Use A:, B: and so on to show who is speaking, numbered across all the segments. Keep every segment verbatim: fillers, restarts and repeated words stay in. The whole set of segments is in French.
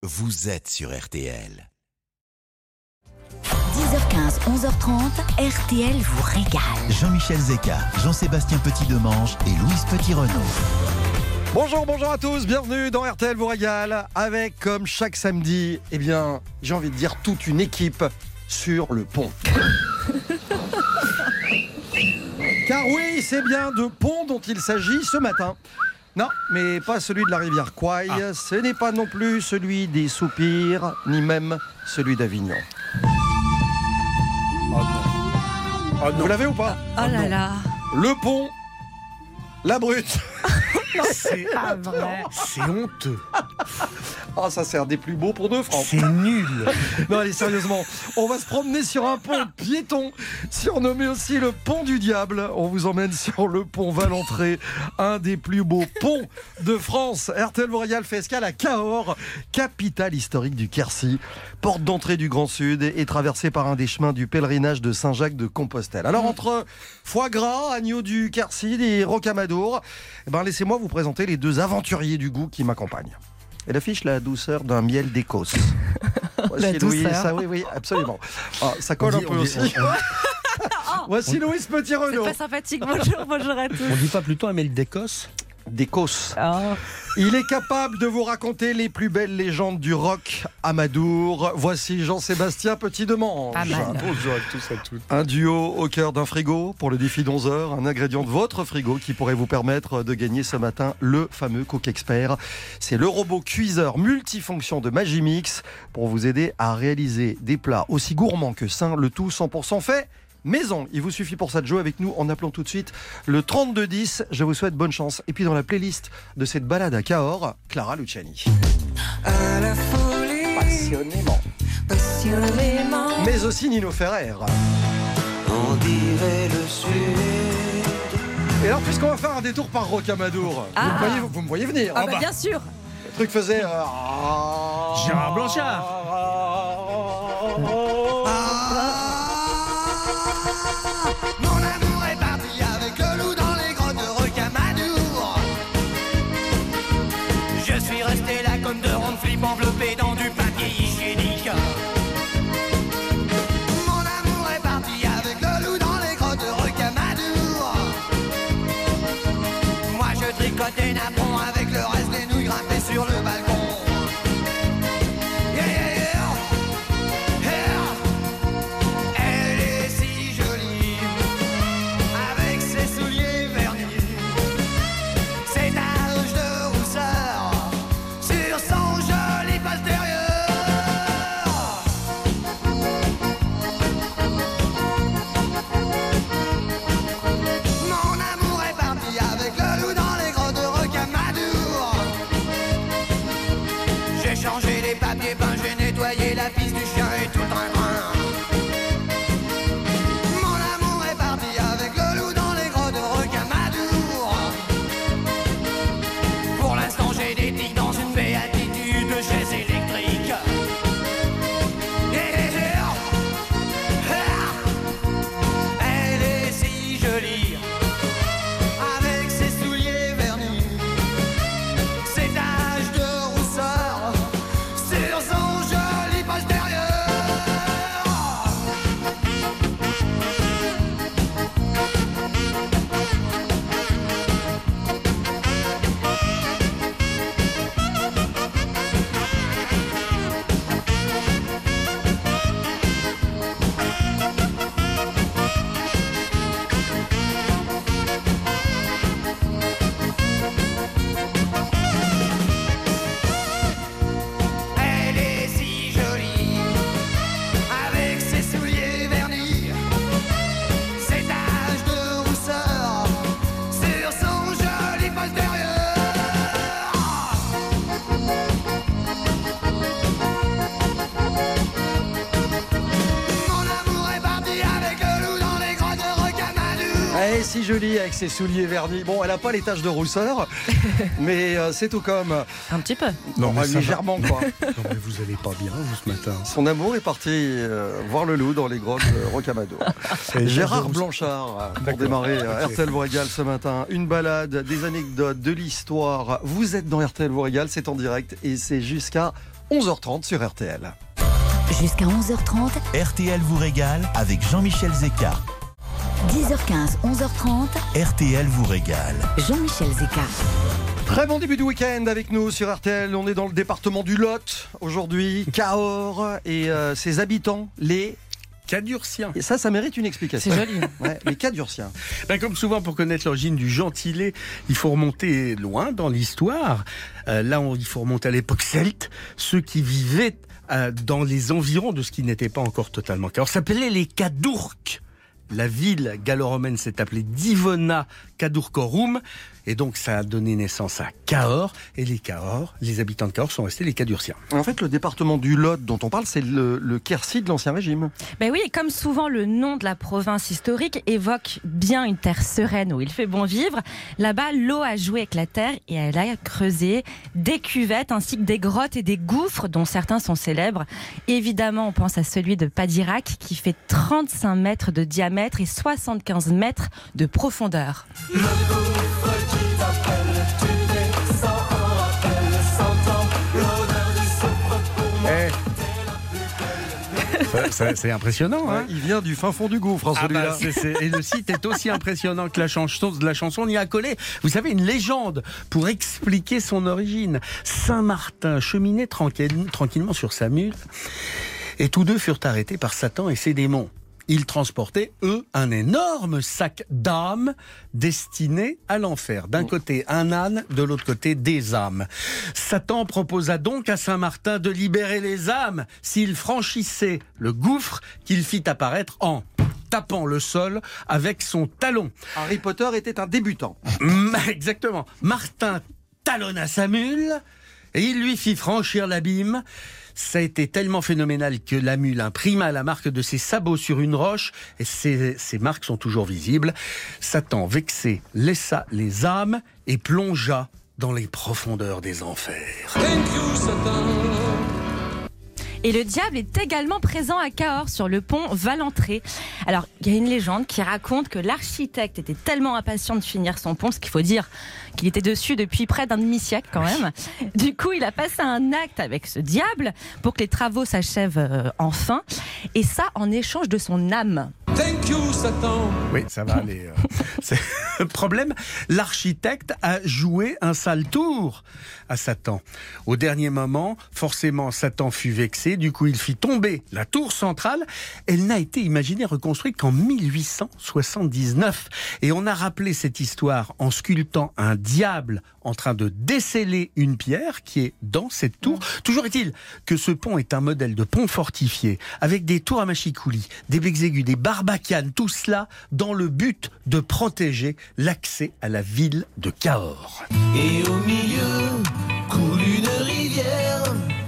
A: vous êtes sur R T L.
B: dix heures quinze, onze heures trente, R T L vous régale.
A: Jean-Michel Zeka, Jean-Sébastien Petit-Demange et Louise Petit-Renaud.
C: Bonjour, bonjour à tous, bienvenue dans R T L vous régale, avec comme chaque samedi, eh bien, j'ai envie de dire toute une équipe sur le pont. Car oui, c'est bien de pont dont il s'agit ce matin. Non, mais pas celui de la rivière Kwai, ah. Ce n'est pas non plus celui des Soupirs, ni même celui d'Avignon.
D: Oh non. Oh non.
C: Vous l'avez ou pas?
E: Oh là là.
C: Le pont, la brute.
D: C'est pas vrai. C'est honteux.
C: Ah, ça sert des plus beaux pour deux francs.
D: C'est nul.
C: Non, allez, sérieusement, on va se promener sur un pont piéton, surnommé aussi le pont du diable. On vous emmène sur le pont Valentré, un des plus beaux ponts de France. R T L vous régale fait escale à Cahors, capitale historique du Quercy, porte d'entrée du Grand Sud et traversée par un des chemins du pèlerinage de Saint-Jacques-de-Compostelle. Alors, entre foie gras, agneau du Quercy et rocamadour, eh ben, laissez-moi vous présenter les deux aventuriers du goût qui m'accompagnent. Elle affiche la douceur d'un miel d'Écosse.
E: La
C: Louis,
E: douceur.
C: ça, oui, oui, absolument. Ah, ça colle
D: On dit-
C: un peu
D: on
C: aussi.
D: dit-
C: Voici Louise
E: C'est
C: Petit-Renaud.
E: pas sympathique. Bonjour, bonjour à tous.
D: On dit pas plutôt un miel d'Écosse?
C: D'Écosse.
E: Oh.
C: Il est capable de vous raconter les plus belles légendes du rock Amadour. Voici Jean-Sébastien Petit-Demange.
E: Pas mal.
D: Bonjour à tous, à toutes.
C: Un duo au cœur d'un frigo pour le défi d'onze heures, un ingrédient de votre frigo qui pourrait vous permettre de gagner ce matin le fameux Cook Expert. C'est le robot cuiseur multifonction de Magimix pour vous aider à réaliser des plats aussi gourmands que sains, le tout cent pour cent fait maison. Il vous suffit pour ça de jouer avec nous en appelant tout de suite le trente-deux dix. Je vous souhaite bonne chance. Et puis dans la playlist de cette balade à Cahors, Clara Luciani.
F: À la folie,
C: Passionnément.
F: passionnément,
C: Mais aussi Nino Ferrer.
F: on dirait le sud.
C: Et alors, puisqu'on va faire un détour par Rocamadour,
E: Ah.
C: vous, me voyez, vous me voyez venir.
E: Ah
C: hein,
E: bah
C: bah,
E: bien sûr.
C: le truc faisait... euh,
D: Gérard Blanchard.
G: Mon amour est parti avec le loup dans les grottes de Rocamadour. Je suis resté là comme de rondes flip enveloppé dans du papier hygiénique. Mon amour est parti avec le loup dans les grottes de Rocamadour. Moi je tricote des napperons avec le reste des nouilles grimpées sur le balcon. Yeah, yeah, yeah. Yeah. Elle est si jolie, avec ses souliers vernis, ses taches de rousseur sur son joli postérieur. Mon amour est parti avec le loup dans les grottes de Rocamadour. J'ai changé les papiers peints, j'ai nettoyé la piste du chien et tout un grain. Mon amour est parti avec le loup dans les grottes de Rocamadour. Pour l'instant j'ai des tics dans une béatitude de chaise électrique. Yeah, yeah. Ah. Elle est si jolie, avec ses souliers vernis, ses taches de rousseur sur son joli postérieur. Elle est si jolie, avec ses souliers vernis, ses taches de rousseur sur son joli postérieur. Mon amour est parti avec le loup dans les grottes de Rocamadour.
C: Elle est si jolie avec ses souliers vernis. Bon, elle n'a pas les taches de rousseur, mais euh, c'est tout comme...
E: Un petit peu.
D: Non, mais
C: euh,
D: ça va.
C: légèrement, quoi.
D: Non, mais vous allez pas bien, vous, ce matin.
C: Son amour est parti euh, voir le loup dans les grottes de Rocamadour. Gérard Blanchard, euh, pour
D: D'accord.
C: démarrer euh,
D: Ok.
C: R T L vous régale ce matin. Une balade, des anecdotes, de l'histoire. Vous êtes dans R T L vous régale, c'est en direct et c'est jusqu'à onze heures trente sur R T L.
B: Jusqu'à onze heures trente,
A: R T L vous régale avec Jean-Michel Zeka.
B: dix heures quinze, onze heures trente,
A: R T L vous régale.
B: Jean-Michel Zeka.
C: Très bon début de week-end avec nous sur R T L. On est dans le département du Lot aujourd'hui, Cahors et euh, ses habitants, les...
D: Cadurciens.
C: Et ça, ça mérite une explication.
E: C'est joli.
C: Ouais, les Cadurciens.
D: Ben, comme souvent, pour connaître l'origine du gentilé, il faut remonter loin dans l'histoire. Euh, là, on, il faut remonter à l'époque celte. Ceux qui vivaient euh, dans les environs de ce qui n'était pas encore totalement Cahors s'appelaient les Cadurques. La ville gallo-romaine s'est appelée Divona Cadurcorum, et donc ça a donné naissance à Cahors, et les Cahors, les habitants de Cahors sont restés les Cadurciens.
C: En fait, le département du Lot dont on parle, c'est le, le Quercy de l'Ancien Régime.
E: Ben oui, comme souvent le nom de la province historique évoque bien une terre sereine où il fait bon vivre, là-bas l'eau a joué avec la terre et elle a creusé des cuvettes ainsi que des grottes et des gouffres dont certains sont célèbres. Évidemment, on pense à celui de Padirac qui fait trente-cinq mètres de diamètre et soixante-quinze mètres de profondeur.
D: Eh. Ça, ça, c'est impressionnant, hein.
C: Ouais, il vient du fin fond du gouffre, hein,
D: Ah
C: celui-là.
D: bah, c'est, c'est, et le site est aussi impressionnant que la chanson, la chanson. On y a collé, vous savez, une légende pour expliquer son origine. Saint-Martin cheminait tranquille, tranquillement sur sa mule et tous deux furent arrêtés par Satan et ses démons. Ils transportaient, eux, un énorme sac d'âmes destiné à l'enfer. D'un côté, un âne, de l'autre côté, des âmes. Satan proposa donc à Saint-Martin de libérer les âmes s'il franchissait le gouffre qu'il fit apparaître en tapant le sol avec son talon.
C: Harry Potter était un débutant.
D: Exactement. Martin talonna sa mule et il lui fit franchir l'abîme. Ça a été tellement phénoménal que la mule imprima la marque de ses sabots sur une roche et ces, ces marques sont toujours visibles. Satan, vexé, laissa les âmes et plongea dans les profondeurs des enfers.
E: Et le diable est également présent à Cahors, sur le pont Valentré. Alors, il y a une légende qui raconte que l'architecte était tellement impatient de finir son pont, ce qu'il faut dire qu'il était dessus depuis près d'un demi-siècle quand même. Du coup, il a passé un acte avec ce diable pour que les travaux s'achèvent euh, enfin. Et ça, en échange de son âme.
G: Thank you, Satan.
D: Oui, ça va aller. Euh, c'est le problème. L'architecte a joué un sale tour à Satan. Au dernier moment, forcément, Satan fut vexé. Du coup, il fit tomber la tour centrale. Elle n'a été imaginée reconstruite qu'en mille huit cent soixante-dix-neuf. Et on a rappelé cette histoire en sculptant un diable en train de déceler une pierre qui est dans cette tour. Toujours est-il que ce pont est un modèle de pont fortifié avec des tours à machicoulis, des becs aigus, des barbacanes, tout cela dans le but de protéger l'accès à la ville de Cahors.
F: Et au milieu coule une rivière,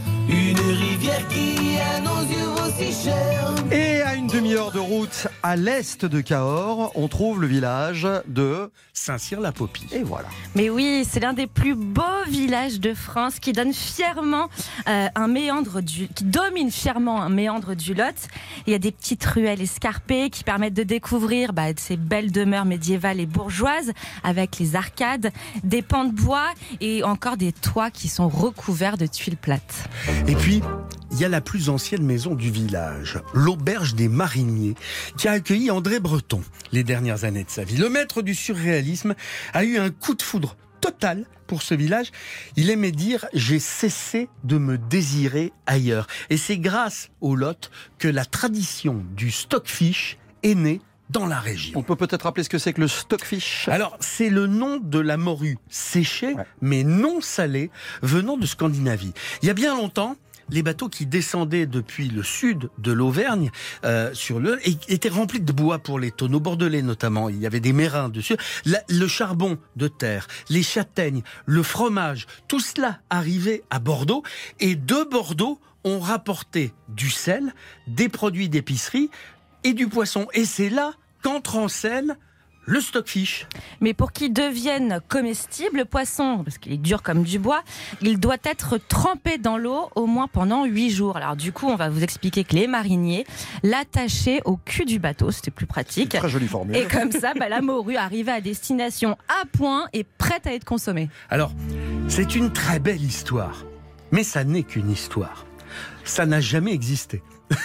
F: une rivière qui à nos yeux vaut si cher.
C: Et à une demi-heure de route à l'est de Cahors, on trouve le village de
D: Saint-Cyr-la-Popie.
C: Et voilà.
E: Mais oui, c'est l'un des plus beaux villages de France qui donne fièrement euh, un méandre du, qui domine fièrement un méandre du Lot. Il y a des petites ruelles escarpées qui permettent de découvrir bah, ces belles demeures médiévales et bourgeoises avec les arcades, des pans de bois et encore des toits qui sont recouverts de tuiles plates.
D: Et puis, il y a la plus ancienne maison du village, l'Auberge des Mariniers, qui a accueilli André Breton les dernières années de sa vie. Le maître du surréalisme a eu un coup de foudre total pour ce village. Il aimait dire « j'ai cessé de me désirer ailleurs ». Et c'est grâce au Lot que la tradition du stockfish est née dans la région.
C: On peut peut-être rappeler ce que c'est que le stockfish.
D: Alors, c'est le nom de la morue séchée,
C: Ouais.
D: mais non salée, venant de Scandinavie. Il y a bien longtemps, les bateaux qui descendaient depuis le sud de l'Auvergne euh, sur le étaient remplis de bois pour les tonneaux bordelais notamment. Il y avait des mérins dessus. La, le charbon de terre, les châtaignes, le fromage, tout cela arrivait à Bordeaux. Et de Bordeaux, on rapportait du sel, des produits d'épicerie et du poisson. Et c'est là qu'entre en scène le stockfish.
E: Mais pour qu'il devienne comestible, le poisson, parce qu'il est dur comme du bois, il doit être trempé dans l'eau au moins pendant huit jours. Alors du coup, on va vous expliquer que les mariniers l'attachaient au cul du bateau, c'était plus pratique.
C: Très jolie formule.
E: Et comme ça, bah, la morue arrivait à destination à point et prête à être consommée.
D: Alors, c'est une très belle histoire. Mais ça n'est qu'une histoire. Ça n'a jamais existé.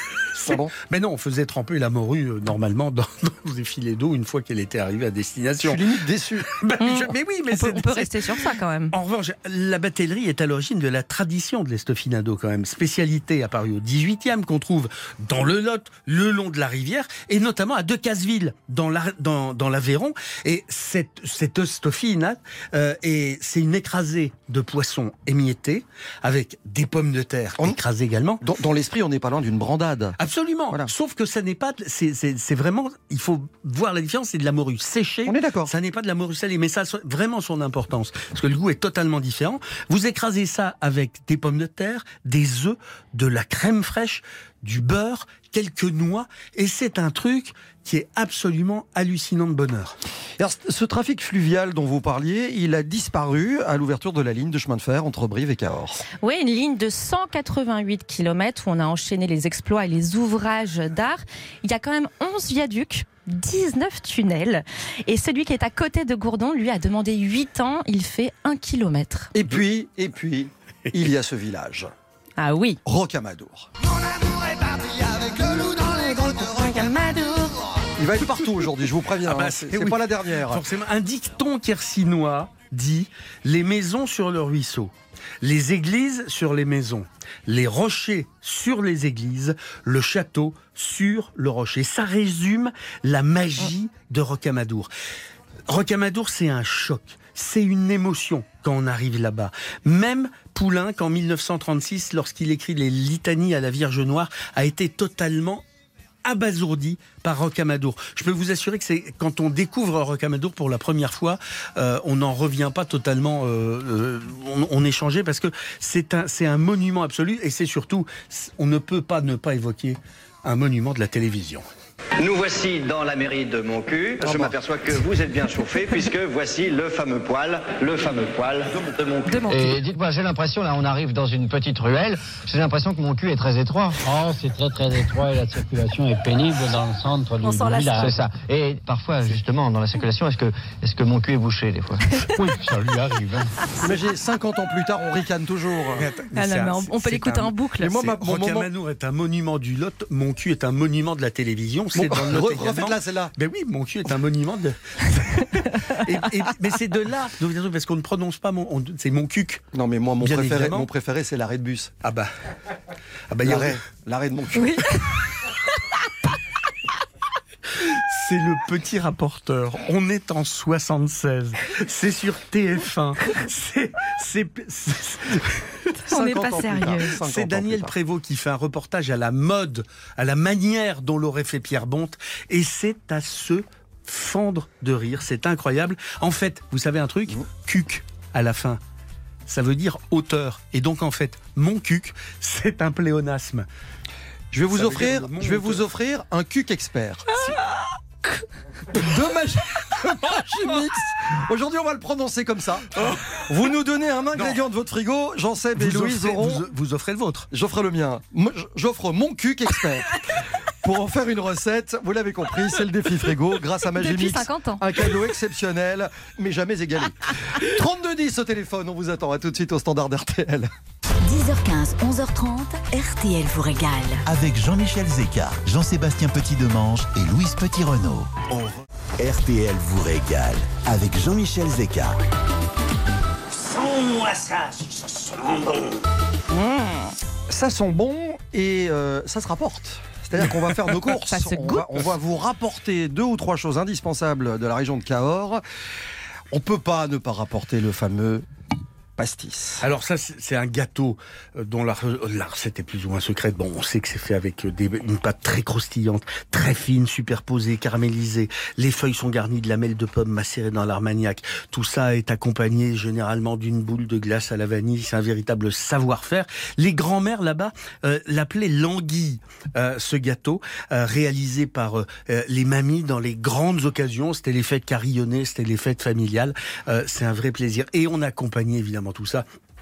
C: Ah bon ?
D: Mais non, on faisait tremper la morue euh, normalement dans, dans des filets d'eau une fois qu'elle était arrivée à
C: Je
D: destination.
C: suis limite déçu.
D: Ben,
E: Mmh.
D: je- mais oui, mais
E: On peut,
D: c'est-
E: on peut
D: c'est-
E: rester sur ça quand même.
D: En revanche, la batellerie est à l'origine de la tradition de l'estoffinado quand même. Spécialité apparue au dix-huitième qu'on trouve dans le Lot, le long de la rivière, et notamment à Decazeville, dans la, dans, dans l'Aveyron. Et cette, cette estoffinade, euh, et c'est une écrasée de poissons émiettés, avec des pommes de terre
C: On-
D: écrasées également.
C: Dans, dans l'esprit, on n'est pas loin d'une brandade.
D: Absolument.
C: Voilà.
D: Sauf que ça n'est pas, de- c'est, c'est, c'est vraiment, il faut voir la différence, c'est de la morue séchée.
C: On est d'accord.
D: Ça n'est pas de la morue salée, mais ça a so- vraiment son importance. Parce que le goût est totalement différent. Vous écrasez ça avec des pommes de terre, des œufs, de la crème fraîche, du beurre, quelques noix, et c'est un truc qui est absolument hallucinant de bonheur.
C: Alors, ce trafic fluvial dont vous parliez, il a disparu à l'ouverture de la ligne de chemin de fer entre Brive et Cahors.
E: Oui, une ligne de cent quatre-vingt-huit kilomètres où on a enchaîné les exploits et les ouvrages d'art. Il y a quand même onze viaducs, dix-neuf tunnels. Et celui qui est à côté de Gourdon, lui, a demandé huit ans. Il fait un kilomètre.
C: Et puis, et puis, il y a ce village,
E: Ah oui.
C: Rocamadour.
G: Mon amour est parti avec le loup dans les grottes de Rocamadour.
C: Il va être partout aujourd'hui, je vous préviens.
D: Ah bah,
C: hein, c'est
D: c'est-
C: c'est
D: oui.
C: pas la dernière.
D: Forcément, un dicton quercinois dit « Les maisons sur le ruisseau, les églises sur les maisons, les rochers sur les églises, le château sur le rocher ». Ça résume la magie de Rocamadour. Rocamadour, c'est un choc. C'est une émotion quand on arrive là-bas. Même Poulenc, en mille neuf cent trente-six, lorsqu'il écrit les litanies à la Vierge Noire, a été totalement abasourdi par Rocamadour. Je peux vous assurer que c'est quand on découvre Rocamadour pour la première fois, euh, on n'en revient pas totalement, euh, euh, on, on est changé parce que c'est un, c'est un monument absolu et c'est surtout, on ne peut pas ne pas évoquer un monument de la télévision.
H: Nous voici dans la mairie de Montcuq. Je m'aperçois que vous êtes bien chauffé puisque voici le fameux poêle, le fameux poêle de Montcuq.
E: De Montcuq.
I: Et dites-moi, j'ai l'impression, là, on arrive dans une petite ruelle, j'ai l'impression que mon cul est très étroit.
J: Oh, c'est très très étroit et la circulation est pénible dans le centre du,
E: On s'en
J: du
E: lasse.
J: village.
I: C'est ça. Et parfois, justement, dans la circulation, est-ce que, est-ce que mon cul est bouché, des fois?
J: Oui, ça lui arrive. Hein.
C: Imaginez, cinquante ans plus tard, on ricane toujours.
E: Ah non, mais on, on peut l'écouter en boucle.
C: Mais moi,
D: C'est-
C: ma- mon moment-
D: Rocamadour est un monument du Lot, mon cul est un monument de la télévision. C'est
C: Bon,
D: dans le Lot
C: re-
D: également.
C: refaites-la, celle-là.
D: Ben oui, mon cul est un monument de. et, et- mais c'est de là, d'où vient le truc, parce qu'on ne prononce pas mon, on- c'est mon cuc.
C: Non, mais moi, mon
D: Bien
C: préféré,
D: évidemment.
C: mon préféré, c'est l'arrêt de bus.
D: Ah bah, ah bah il y a-
C: L'arrêt, l'arrêt de mon cul.
E: Oui.
D: c'est le petit rapporteur. On est en soixante-seize. C'est sur T F un. C'est, c'est, c'est-
E: On n'est
C: cinquante
E: pas
C: ans plus tard,
E: sérieux.
C: cinquante
D: c'est
C: ans
D: Daniel
C: plus tard.
D: Prévost qui fait un reportage à la mode, à la manière dont l'aurait fait Pierre Bonte, et c'est à se fendre de rire. C'est incroyable. En fait, vous savez un truc, cuc à la fin. Ça veut dire auteur. Et donc, en fait, mon cuc, c'est un pléonasme.
C: Je vais vous
D: Ça veut
C: offrir,
D: dire le monde
C: je vais vous
D: auteur.
C: offrir un cuc expert. De magie, de magie mix. Aujourd'hui, on va le prononcer comme ça. Vous nous donnez un ingrédient de votre frigo. Jean-Seb et
D: Vous
C: Louise
D: offrez,
C: auront.
D: vous, vous offrez le vôtre.
C: J'offre le mien. Moi, J'offre mon cuc expert. Pour en faire une recette, vous l'avez compris, c'est le défi frigo. Grâce à Magie
E: Depuis
C: Mix,
E: cinquante ans.
C: un cadeau exceptionnel, mais jamais égalé. trente-deux dix au téléphone, on vous attend. À tout de suite au standard R T L.
B: dix heures quinze, onze heures trente, R T L vous régale.
A: Avec Jean-Michel Zeka, Jean-Sébastien Petit-Demange et Louise Petit-Renaud. R T L vous régale avec Jean-Michel Zeka.
F: Sens-moi ça, si ça sent bon.
C: Ça sent bon et euh, ça se rapporte. C'est-à-dire qu'on va faire nos courses.
E: Ça se
C: on,
E: goûte.
C: va, on va vous rapporter deux ou trois choses indispensables de la région de Cahors. On peut pas ne pas rapporter le fameux pastis.
D: Alors ça, c'est c'est un gâteau euh, dont la, la recette est plus ou moins secrète. Bon, on sait que c'est fait avec euh, des, une pâte très croustillante, très fine, superposée, caramélisée. Les feuilles sont garnies de lamelles de pommes macérées dans l'armagnac. Tout ça est accompagné généralement d'une boule de glace à la vanille. C'est un véritable savoir-faire. Les grands-mères là-bas euh, l'appelaient l'anguille, euh, ce gâteau, euh, réalisé par euh, euh, les mamies dans les grandes occasions. C'était les fêtes carillonnées, c'était les fêtes familiales. Euh, c'est un vrai plaisir. Et on accompagnait évidemment tout ça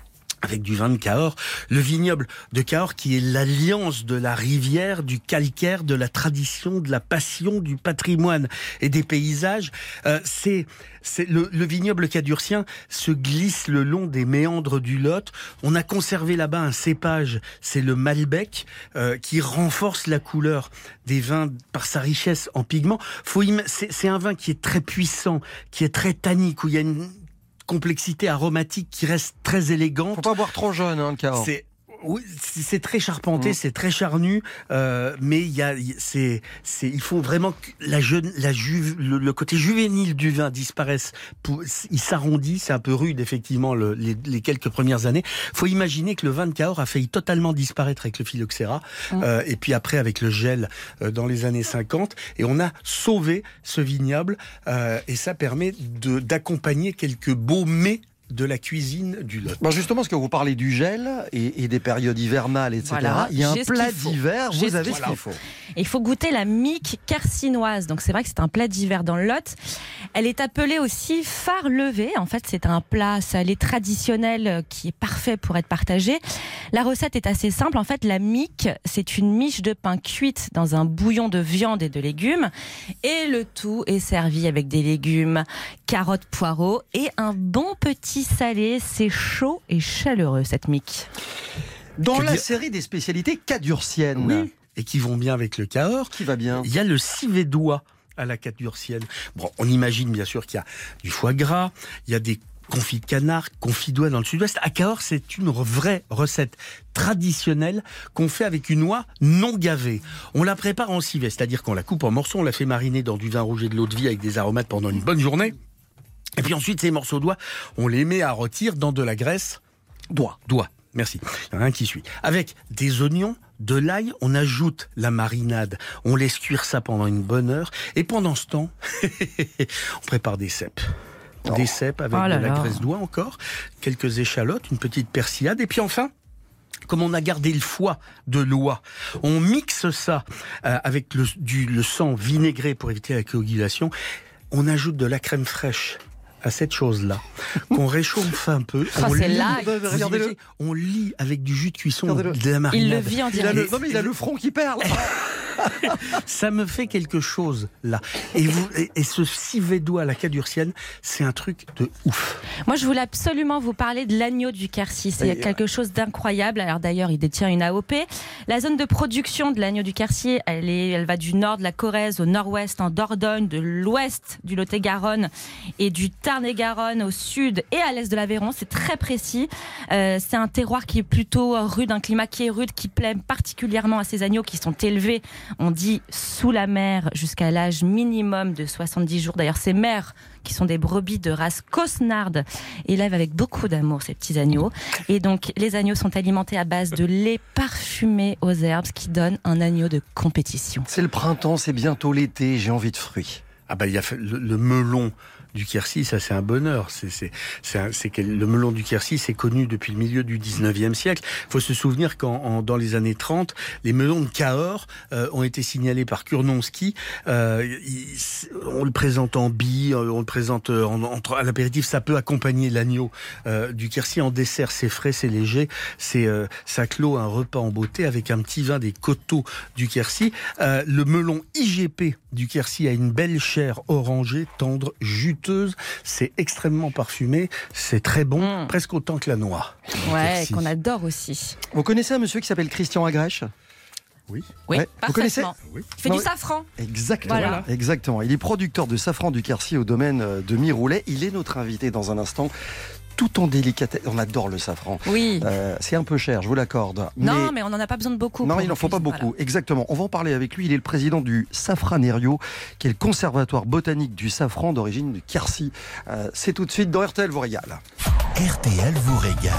D: avec du vin de Cahors, le vignoble de Cahors qui est l'alliance de la rivière, du calcaire, de la tradition, de la passion, du patrimoine et des paysages. Euh, c'est, c'est le, le vignoble cadurcien se glisse le long des méandres du Lot. On a conservé là-bas un cépage, c'est le Malbec, euh, qui renforce la couleur des vins par sa richesse en pigments. Faut im- c'est, c'est un vin qui est très puissant, qui est très tannique, où il y a une complexité aromatique qui reste très élégante.
C: Faut pas boire trop jeune, hein, le Cahors.
D: C'est oui, c'est très charpenté, mmh. c'est très charnu, euh, mais il y a, c'est, c'est, il faut vraiment que la jeune, la juve, le, le côté juvénile du vin disparaisse. Pour, il s'arrondit, c'est un peu rude effectivement le, les, les quelques premières années. Faut imaginer que le vin de Cahors a failli totalement disparaître avec le phylloxéra, mmh. euh, et puis après avec le gel euh, dans les années cinquante, et on a sauvé ce vignoble, euh, et ça permet de, d'accompagner quelques beaux mets de la cuisine du Lot.
C: Bon, justement, parce que vous parlez du gel et, et des périodes hivernales, et cetera.
E: Voilà,
C: il y a un
E: j'ai
C: plat
E: ce
C: d'hiver, vous
E: J'ai
C: avez
E: ce
C: ce qu'il faut.
E: Il faut goûter la mique carcinoise. Donc c'est vrai que c'est un plat d'hiver dans le Lot. Elle est appelée aussi phare levé. En fait, c'est un plat salé traditionnel qui est parfait pour être partagé. La recette est assez simple. En fait, la mique, c'est une miche de pain cuite dans un bouillon de viande et de légumes. Et le tout est servi avec des légumes, carottes, poireaux et un bon petit salé. C'est chaud et chaleureux, cette mique.
C: Dans
D: Que
C: la
D: dire...
C: série des spécialités cadurciennes.
D: Oui. Et qui vont bien avec le Cahors.
C: Qui va bien.
D: Il y a le civédois à la cadurcienne. Bon, on imagine bien sûr qu'il y a du foie gras, il y a des confits de canard, confits d'oie dans le sud-ouest. À Cahors, c'est une vraie recette traditionnelle qu'on fait avec une oie non gavée. On la prépare en civet, c'est-à-dire qu'on la coupe en morceaux, on la fait mariner dans du vin rouge et de l'eau de vie avec des aromates pendant une bonne journée. Et puis ensuite, ces morceaux d'oie, on les met à rôtir dans de la graisse
C: d'oie.
D: D'oie. Merci. Il y en a un qui suit. Avec des oignons, de l'ail, on ajoute la marinade. On laisse cuire ça pendant une bonne heure. Et pendant ce temps, on prépare des cèpes. Oh. Des cèpes avec oh de la là. graisse d'oie encore, quelques échalotes, une petite persillade. Et puis enfin, comme on a gardé le foie de l'oie, on mixe ça euh, avec le, du, le sang vinaigré pour éviter la coagulation. On ajoute de la crème fraîche à cette chose-là, qu'on réchauffe un peu.
E: Oh,
D: on,
E: lit,
D: là, on lit avec du jus de cuisson de la marinade.
E: Il le vit en direct.
C: Il a le, non mais il a le front qui perle.
D: Ça me fait quelque chose là. Et, vous, et, et ce civédois à la cadurcienne, c'est un truc de ouf.
E: Moi, je voulais absolument vous parler de l'agneau du Quercy. C'est et quelque chose d'incroyable. Alors d'ailleurs, il détient une A O P. La zone de production de l'agneau du Quercy, elle, est, elle va du nord de la Corrèze au nord-ouest, en Dordogne, de l'ouest du Lot-et-Garonne et du Tarn-et-Garonne au sud et à l'est de l'Aveyron. C'est très précis. Euh, c'est un terroir qui est plutôt rude, un climat qui est rude, qui plaît particulièrement à ces agneaux qui sont élevés, on dit sous la mer, jusqu'à l'âge minimum de soixante-dix jours. D'ailleurs, ces mères, qui sont des brebis de race cosnarde, élèvent avec beaucoup d'amour ces petits agneaux. Et donc, les agneaux sont alimentés à base de lait parfumé aux herbes, ce qui donne un agneau de compétition.
C: C'est le printemps, c'est bientôt l'été, j'ai envie de fruits.
D: Ah bah, il y a le, le melon du Quercy, ça c'est un bonheur. C'est, c'est, c'est, un, c'est que le melon du Quercy, c'est connu depuis le milieu du dix-neuvième siècle. Il faut se souvenir qu'en dans les années trente, les melons de Cahors euh, ont été signalés par Kurnonski. Euh, il, on le présente en billes, on le présente en, en, à l'apéritif. Ça peut accompagner l'agneau euh, du Quercy. En dessert, c'est frais, c'est léger. C'est, euh, ça clôt un repas en beauté avec un petit vin des coteaux du Quercy. Euh, le melon I G P du Quercy a une belle chair orangée, tendre, juteuse. C'est extrêmement parfumé, c'est très bon, mmh. presque autant que la noix.
E: Ouais,
D: Merci.
E: Qu'on adore aussi.
C: Vous connaissez un monsieur qui s'appelle Christian Agrèche ?
D: Oui.
E: Oui,
C: ouais. Vous connaissez ?
E: Oui. Il fait non, du safran.
C: Exactement.
E: Voilà.
C: Exactement. Il est producteur de safran du Quercy au domaine de Miroulet. Il est notre invité dans un instant. Tout en délicatesse. On adore le safran.
E: Oui.
C: Euh, c'est un peu cher, je vous l'accorde.
E: Non, mais, mais on n'en a pas besoin de beaucoup.
C: Non, il n'en faut pas beaucoup. Voilà. Exactement. On va en parler avec lui. Il est le président du Safranerio, qui est le conservatoire botanique du safran d'origine du Quercy. Euh, c'est tout de suite dans R T L vous régale.
A: R T L vous régale.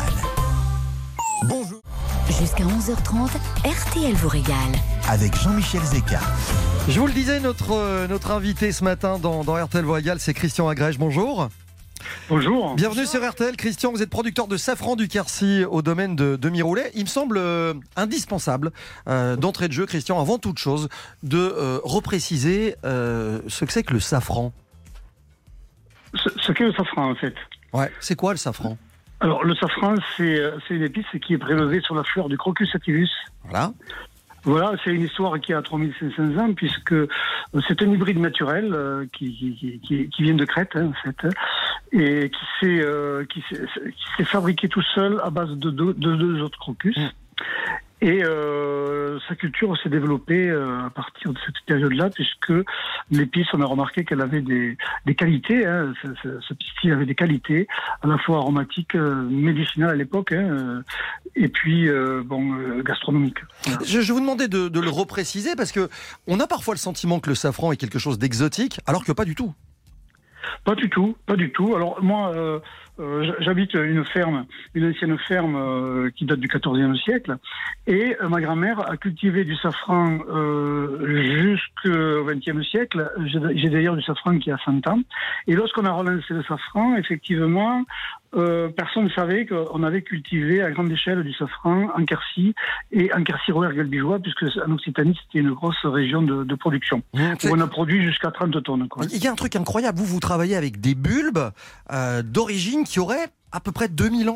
C: Bonjour.
B: Jusqu'à onze heures trente, R T L vous régale.
A: Avec Jean-Michel Zeka.
C: Je vous le disais, notre, euh, notre invité ce matin dans, dans R T L vous régale, c'est Christian Agrèche. Bonjour.
K: Bonjour.
C: Bienvenue sur R T L. Christian, vous êtes producteur de safran du Quercy au domaine de, de Miroulet. Il me semble euh, indispensable euh, d'entrée de jeu, Christian, avant toute chose, de euh, repréciser euh, ce que c'est que le safran.
K: Ce, ce qu'est le safran, en fait.
C: Ouais, c'est quoi le safran ?
K: Alors, le safran, c'est, c'est une épice qui est prélevée sur la fleur du Crocus sativus.
C: Voilà.
K: Voilà, c'est une histoire qui a trois mille cinq cents ans, puisque c'est un hybride naturel euh, qui, qui, qui, qui vient de Crète, hein, en fait, et qui s'est, euh, qui, s'est, qui s'est fabriqué tout seul à base de deux, de deux autres crocus. Mmh. Et euh, sa culture s'est développée euh, à partir de cette période-là, puisque l'épice, on a remarqué qu'elle avait des, des qualités. Hein, ce, ce, ce pistil avait des qualités, à la fois aromatiques, euh, médicinales à l'époque, hein, euh, et puis euh, bon, euh, gastronomiques. Voilà.
C: Je, je vous demandais de, de le repréciser, parce que on a parfois le sentiment que le safran est quelque chose d'exotique, alors que pas du tout.
K: Pas du tout, pas du tout. Alors moi, euh, euh, j'habite une ferme, une ancienne ferme euh, qui date du quatorzième siècle, et euh, ma grand-mère a cultivé du safran euh, jusqu'au vingtième siècle. J'ai, j'ai d'ailleurs du safran qui a cent ans. Et lorsqu'on a relancé le safran, effectivement, euh, personne ne savait qu'on avait cultivé à grande échelle du safran en Quercy et en Quercy-Rouergue-Albigeois, puisque en Occitanie, c'était une grosse région de, de production. Mmh, où on a produit jusqu'à trente tonnes. Quoi.
C: Il y a un truc incroyable, vous, vous travaillez avec des bulbes euh, d'origine qui auraient à peu près deux mille ans.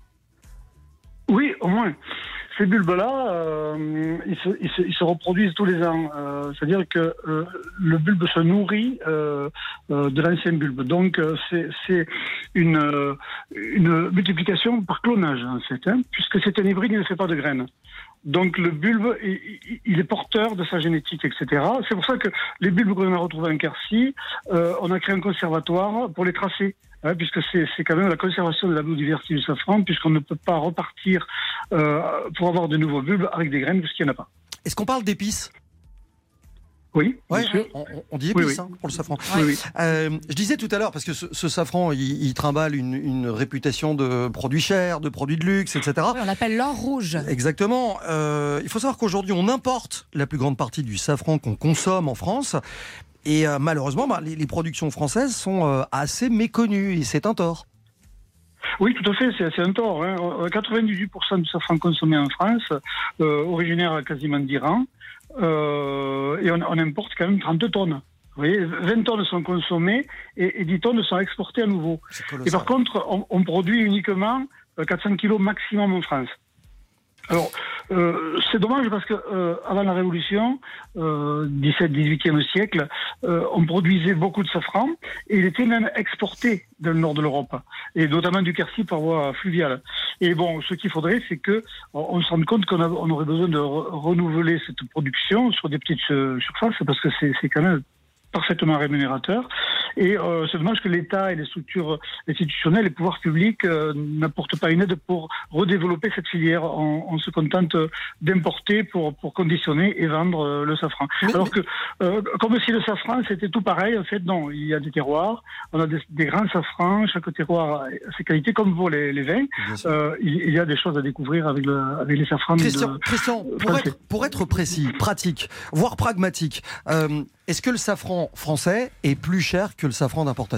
K: Oui, au moins. Ces bulbes-là, euh, ils, se, ils, se, ils se reproduisent tous les ans. Euh, c'est-à-dire que euh, le bulbe se nourrit euh, euh, de l'ancien bulbe. Donc, euh, c'est, c'est une, euh, une multiplication par clonage, en fait, hein, puisque c'est un hybride, il ne fait pas de graines. Donc le bulbe, il, il est porteur de sa génétique, et cetera. C'est pour ça que les bulbes qu'on a retrouvés en Quercy, euh, on a créé un conservatoire pour les tracer. Hein, puisque c'est, c'est quand même la conservation de la biodiversité du safran, puisqu'on ne peut pas repartir euh, pour avoir de nouveaux bulbes avec des graines, puisqu'il n'y en a pas.
C: Est-ce qu'on parle d'épices ?
K: Oui,
C: ouais,
K: bien sûr.
C: On, on dit épices,
K: oui, oui.
C: Hein, pour le safran.
K: Oui, oui.
C: Euh, je disais tout à l'heure, parce que ce, ce safran, il, il trimballe une, une réputation de produit cher, de produit de luxe, et cetera.
L: Oui, on l'appelle l'or rouge.
C: Exactement. Euh, il faut savoir qu'aujourd'hui, on importe la plus grande partie du safran qu'on consomme en France. Et euh, malheureusement, bah, les, les productions françaises sont euh, assez méconnues, et c'est un tort.
K: Oui, tout à fait, c'est, c'est un tort. Hein. quatre-vingt-dix-huit pour cent du safran consommé en France, euh, originaire quasiment d'Iran, euh, et on, on importe quand même trente tonnes. Vous voyez, vingt tonnes sont consommées et, et dix tonnes sont exportées à nouveau. Et par contre, on, on produit uniquement quatre cents kilos maximum en France. Alors, euh, c'est dommage parce que euh, avant la Révolution, euh, dix-septième, dix-huitième siècle, euh, on produisait beaucoup de safran et il était même exporté dans le nord de l'Europe, et notamment du Quercy par voie fluviale. Et bon, ce qu'il faudrait, c'est que on se rende compte qu'on a, on aurait besoin de re- renouveler cette production sur des petites euh, surfaces, parce que c'est, c'est quand même parfaitement rémunérateur. Et euh, c'est dommage que l'État et les structures institutionnelles, les pouvoirs publics euh, n'apportent pas une aide pour redévelopper cette filière. On, on se contente d'importer pour, pour conditionner et vendre euh, le safran. Oui, Alors mais... que, euh, comme si le safran c'était tout pareil, en fait, non. Il y a des terroirs, on a des, des grands safrans, chaque terroir a ses qualités, comme pour les, les vins. Euh, il, il y a des choses à découvrir avec, le, avec les safrans.
C: Christian,
K: de,
C: Christian pour, être, pour être précis, pratique, voire pragmatique, euh, est-ce que le safran français est plus cher que le safran d'importation ?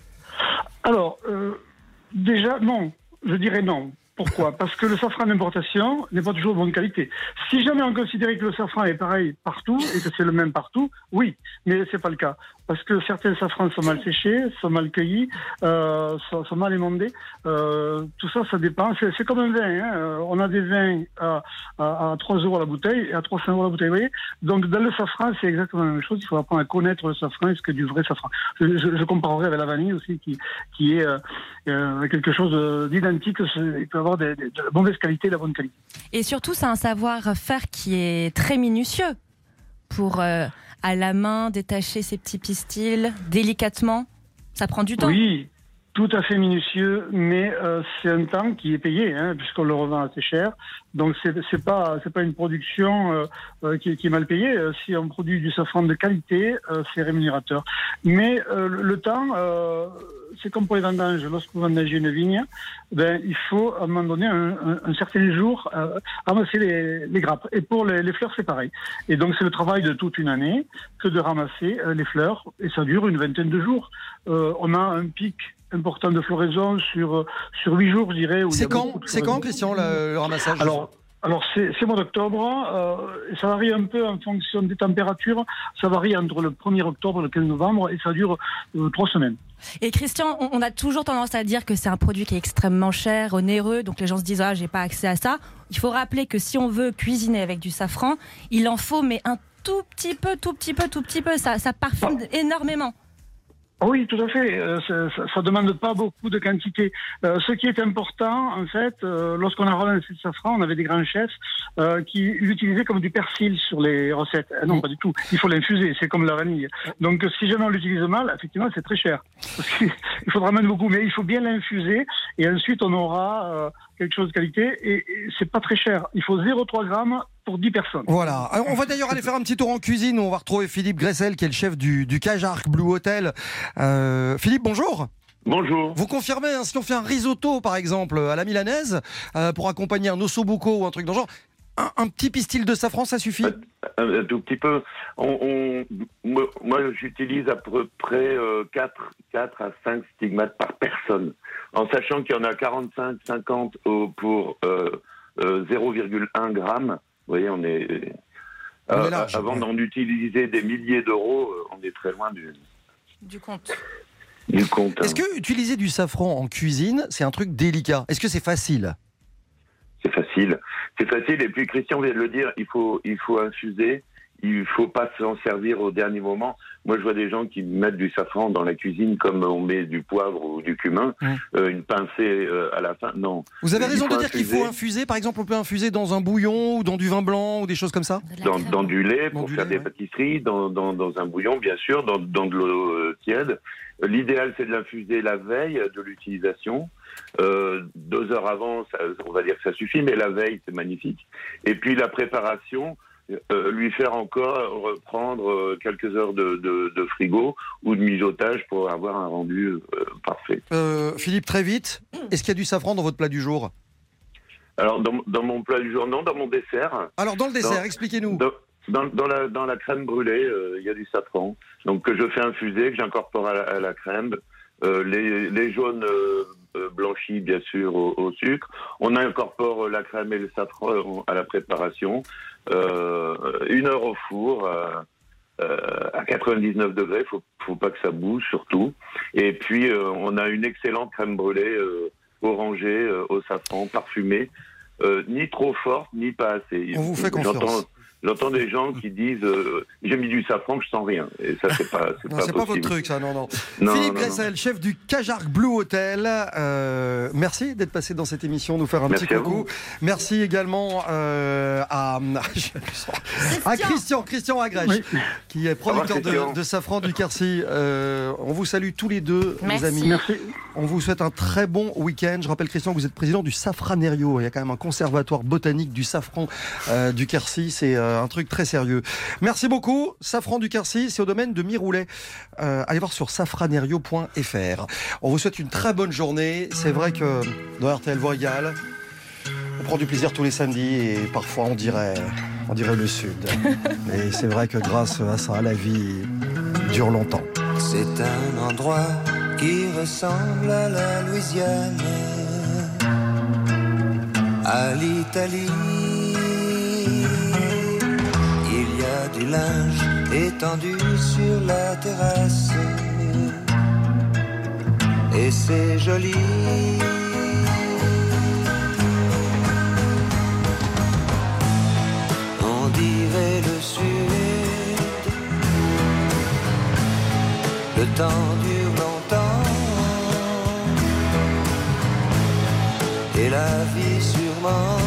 K: Alors, euh, déjà, non. Je dirais non. Pourquoi ? Parce que le safran d'importation n'est pas toujours de bonne qualité. Si jamais on considérait que le safran est pareil partout et que c'est le même partout, oui, mais c'est pas le cas. Parce que certains safrans sont mal séchés, sont mal cueillis, euh, sont, sont mal émondés. Euh, tout ça, ça dépend. C'est, c'est comme un vin. Hein. On a des vins à, à, à trois euros la bouteille et à trois cents euros la bouteille. Vous voyez ? Donc, dans le safran, c'est exactement la même chose. Il faut apprendre à connaître le safran et ce que du vrai safran. Je, je, je comparerai avec la vanille aussi, qui, qui est euh, quelque chose d'identique. Il peut avoir des, des, de la mauvaise qualité et de la bonne qualité.
E: Et surtout, c'est un savoir-faire qui est très minutieux pour... Euh... à la main, détacher ces petits pistils délicatement. Ça prend du temps.
K: Oui, tout à fait minutieux, mais euh, c'est un temps qui est payé, hein, puisqu'on le revend assez cher. Donc c'est, c'est pas c'est pas une production euh, euh, qui, qui est mal payée. Si on produit du safran de qualité, euh, c'est rémunérateur. Mais euh, le, le temps, euh, c'est comme pour les vendanges. Lorsque vous vendangez une vigne, ben il faut à un moment donné un, un, un certain jour euh, ramasser les, les grappes. Et pour les, les fleurs, c'est pareil. Et donc c'est le travail de toute une année que de ramasser euh, les fleurs. Et ça dure une vingtaine de jours. Euh, on a un pic important de floraison sur sur huit jours, je dirais. Où
C: c'est quand, c'est quand, Christian, le, le ramassage ?
K: Alors, Alors, c'est, c'est mois d'octobre. Euh, ça varie un peu en fonction des températures. Ça varie entre le premier octobre et le quinze novembre et ça dure euh, trois semaines.
E: Et Christian, on, on a toujours tendance à dire que c'est un produit qui est extrêmement cher, onéreux, donc les gens se disent « Ah, j'ai pas accès à ça ». Il faut rappeler que si on veut cuisiner avec du safran, il en faut mais un tout petit peu, tout petit peu, tout petit peu. Ça, ça parfume ah. énormément.
K: Oui, tout à fait. Euh, ça ne demande pas beaucoup de quantité. Euh, ce qui est important, en fait, euh, lorsqu'on a ramassé le safran, on avait des grands chefs euh, qui l'utilisaient comme du persil sur les recettes. Euh, non, pas du tout. Il faut l'infuser, c'est comme la vanille. Donc, si jamais on l'utilise mal, effectivement, c'est très cher. Parce qu'il faudra même beaucoup, mais il faut bien l'infuser et ensuite on aura euh, quelque chose de qualité et, et c'est pas très cher. Il faut zéro virgule trois grammes pour dix personnes.
C: Voilà. Alors, on va d'ailleurs aller faire un petit tour en cuisine où on va retrouver Philippe Gressel qui est le chef du, du Cajarc Blue Hotel. Euh, Philippe, bonjour.
L: Bonjour.
C: Vous confirmez, hein, si on fait un risotto par exemple à la milanaise euh, pour accompagner un ossobuco ou un truc dans le genre, un, un petit pistil de safran ça suffit?
L: Un, un, un tout petit peu. On, on, moi, moi j'utilise à peu près euh, quatre, quatre à cinq stigmates par personne, en sachant qu'il y en a quarante-cinq à cinquante pour euh, euh, zéro virgule un gramme. Vous voyez, on est...
C: On
L: euh,
C: est large,
L: avant
C: ouais.
L: d'en utiliser des milliers d'euros, on est très loin du...
E: Du compte.
L: Du compte.
C: Est-ce que utiliser du safran en cuisine, c'est un truc délicat? Est-ce que c'est facile?
L: C'est facile. C'est facile. Et puis, Christian vient de le dire, il faut, il faut infuser. Il ne faut pas s'en servir au dernier moment. Moi, je vois des gens qui mettent du safran dans la cuisine comme on met du poivre ou du cumin, mmh. euh, une pincée euh, à la fin. Non.
C: Vous avez raison de dire
L: infuser.
C: qu'il faut infuser. Par exemple, on peut infuser dans un bouillon ou dans du vin blanc ou des choses comme ça.
L: Dans, dans du lait
C: dans
L: pour
C: du
L: faire
C: lait,
L: des
C: ouais.
L: pâtisseries, dans, dans, dans un bouillon, bien sûr, dans, dans de l'eau euh, tiède. L'idéal, c'est de l'infuser la veille de l'utilisation. Euh, deux heures avant, ça, on va dire que ça suffit, mais la veille, c'est magnifique. Et puis la préparation... Euh, lui faire encore reprendre euh, quelques heures de, de, de frigo ou de mijotage pour avoir un rendu euh, parfait.
C: Euh, Philippe, très vite, est-ce qu'il y a du safran dans votre plat du jour?
L: Alors, dans, dans mon plat du jour, non, dans mon dessert.
C: Alors, dans le dessert,
L: dans,
C: expliquez-nous.
L: Dans, dans, dans, la, dans la crème brûlée, il euh, y a du safran. Donc, que je fais infuser, que j'incorpore à la, à la crème. Euh, les, les jaunes euh, euh, blanchis, bien sûr, au, au sucre. On incorpore la crème et le safran à la préparation. Euh, une heure au four euh, euh, à quatre-vingt-dix-neuf degrés, faut, faut pas que ça bouge surtout. Et puis euh, on a une excellente crème brûlée euh, orangée euh, au safran, parfumée, euh, ni trop forte ni pas assez.
C: On vous fait confiance.
L: J'entends, J'entends des gens qui disent euh, j'ai mis du safran, je sens rien. Et ça, c'est pas, c'est
C: non,
L: pas
C: c'est
L: possible.
C: pas votre truc, ça, non, non.
L: non
C: Philippe
L: non,
C: Gressel,
L: non.
C: chef du Cajarc Blue Hotel. Euh, merci d'être passé dans cette émission, nous faire un
L: merci
C: petit coucou. Merci également euh, à, à Christian, Christian Agrèche, oui. qui est producteur
L: revoir,
C: de, de safran du Quercy. Euh, on vous salue tous les deux,
E: merci.
C: les amis.
K: Merci.
C: On vous souhaite un très bon week-end. Je rappelle, Christian, que vous êtes président du Safranerio. Il y a quand même un conservatoire botanique du safran euh, du Quercy. C'est euh, un truc très sérieux. Merci beaucoup. Safran du Quercy, c'est au domaine de Miroulet. Euh, allez voir sur safranerio point f r. On vous souhaite une très bonne journée. C'est vrai que dans R T L Vous Régale, on prend du plaisir tous les samedis et parfois on dirait, on dirait le Sud. Mais c'est vrai que grâce à ça, la vie dure longtemps.
F: C'est un endroit qui ressemble à la Louisiane, à l'Italie. Il y a du linge étendu sur la terrasse et c'est joli. On dirait le Sud, le temps dure longtemps et la vie sûrement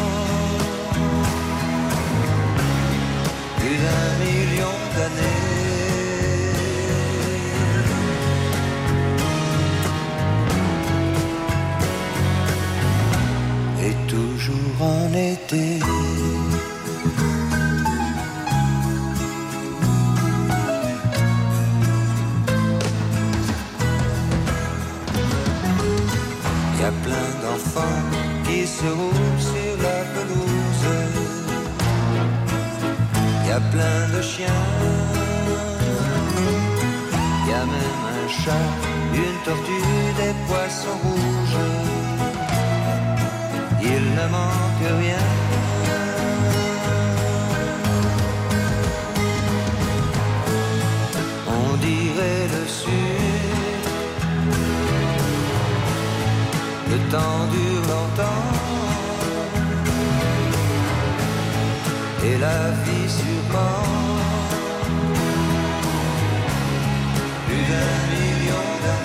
F: plus d'un million d'années. Et toujours en été. Il y a plein d'enfants qui se roulent sur la pelouse. Il y a plein de chiens. Il y a même un chat, une tortue, des poissons rouges. Il ne manque rien. et la vie sûrement. Plus d'un million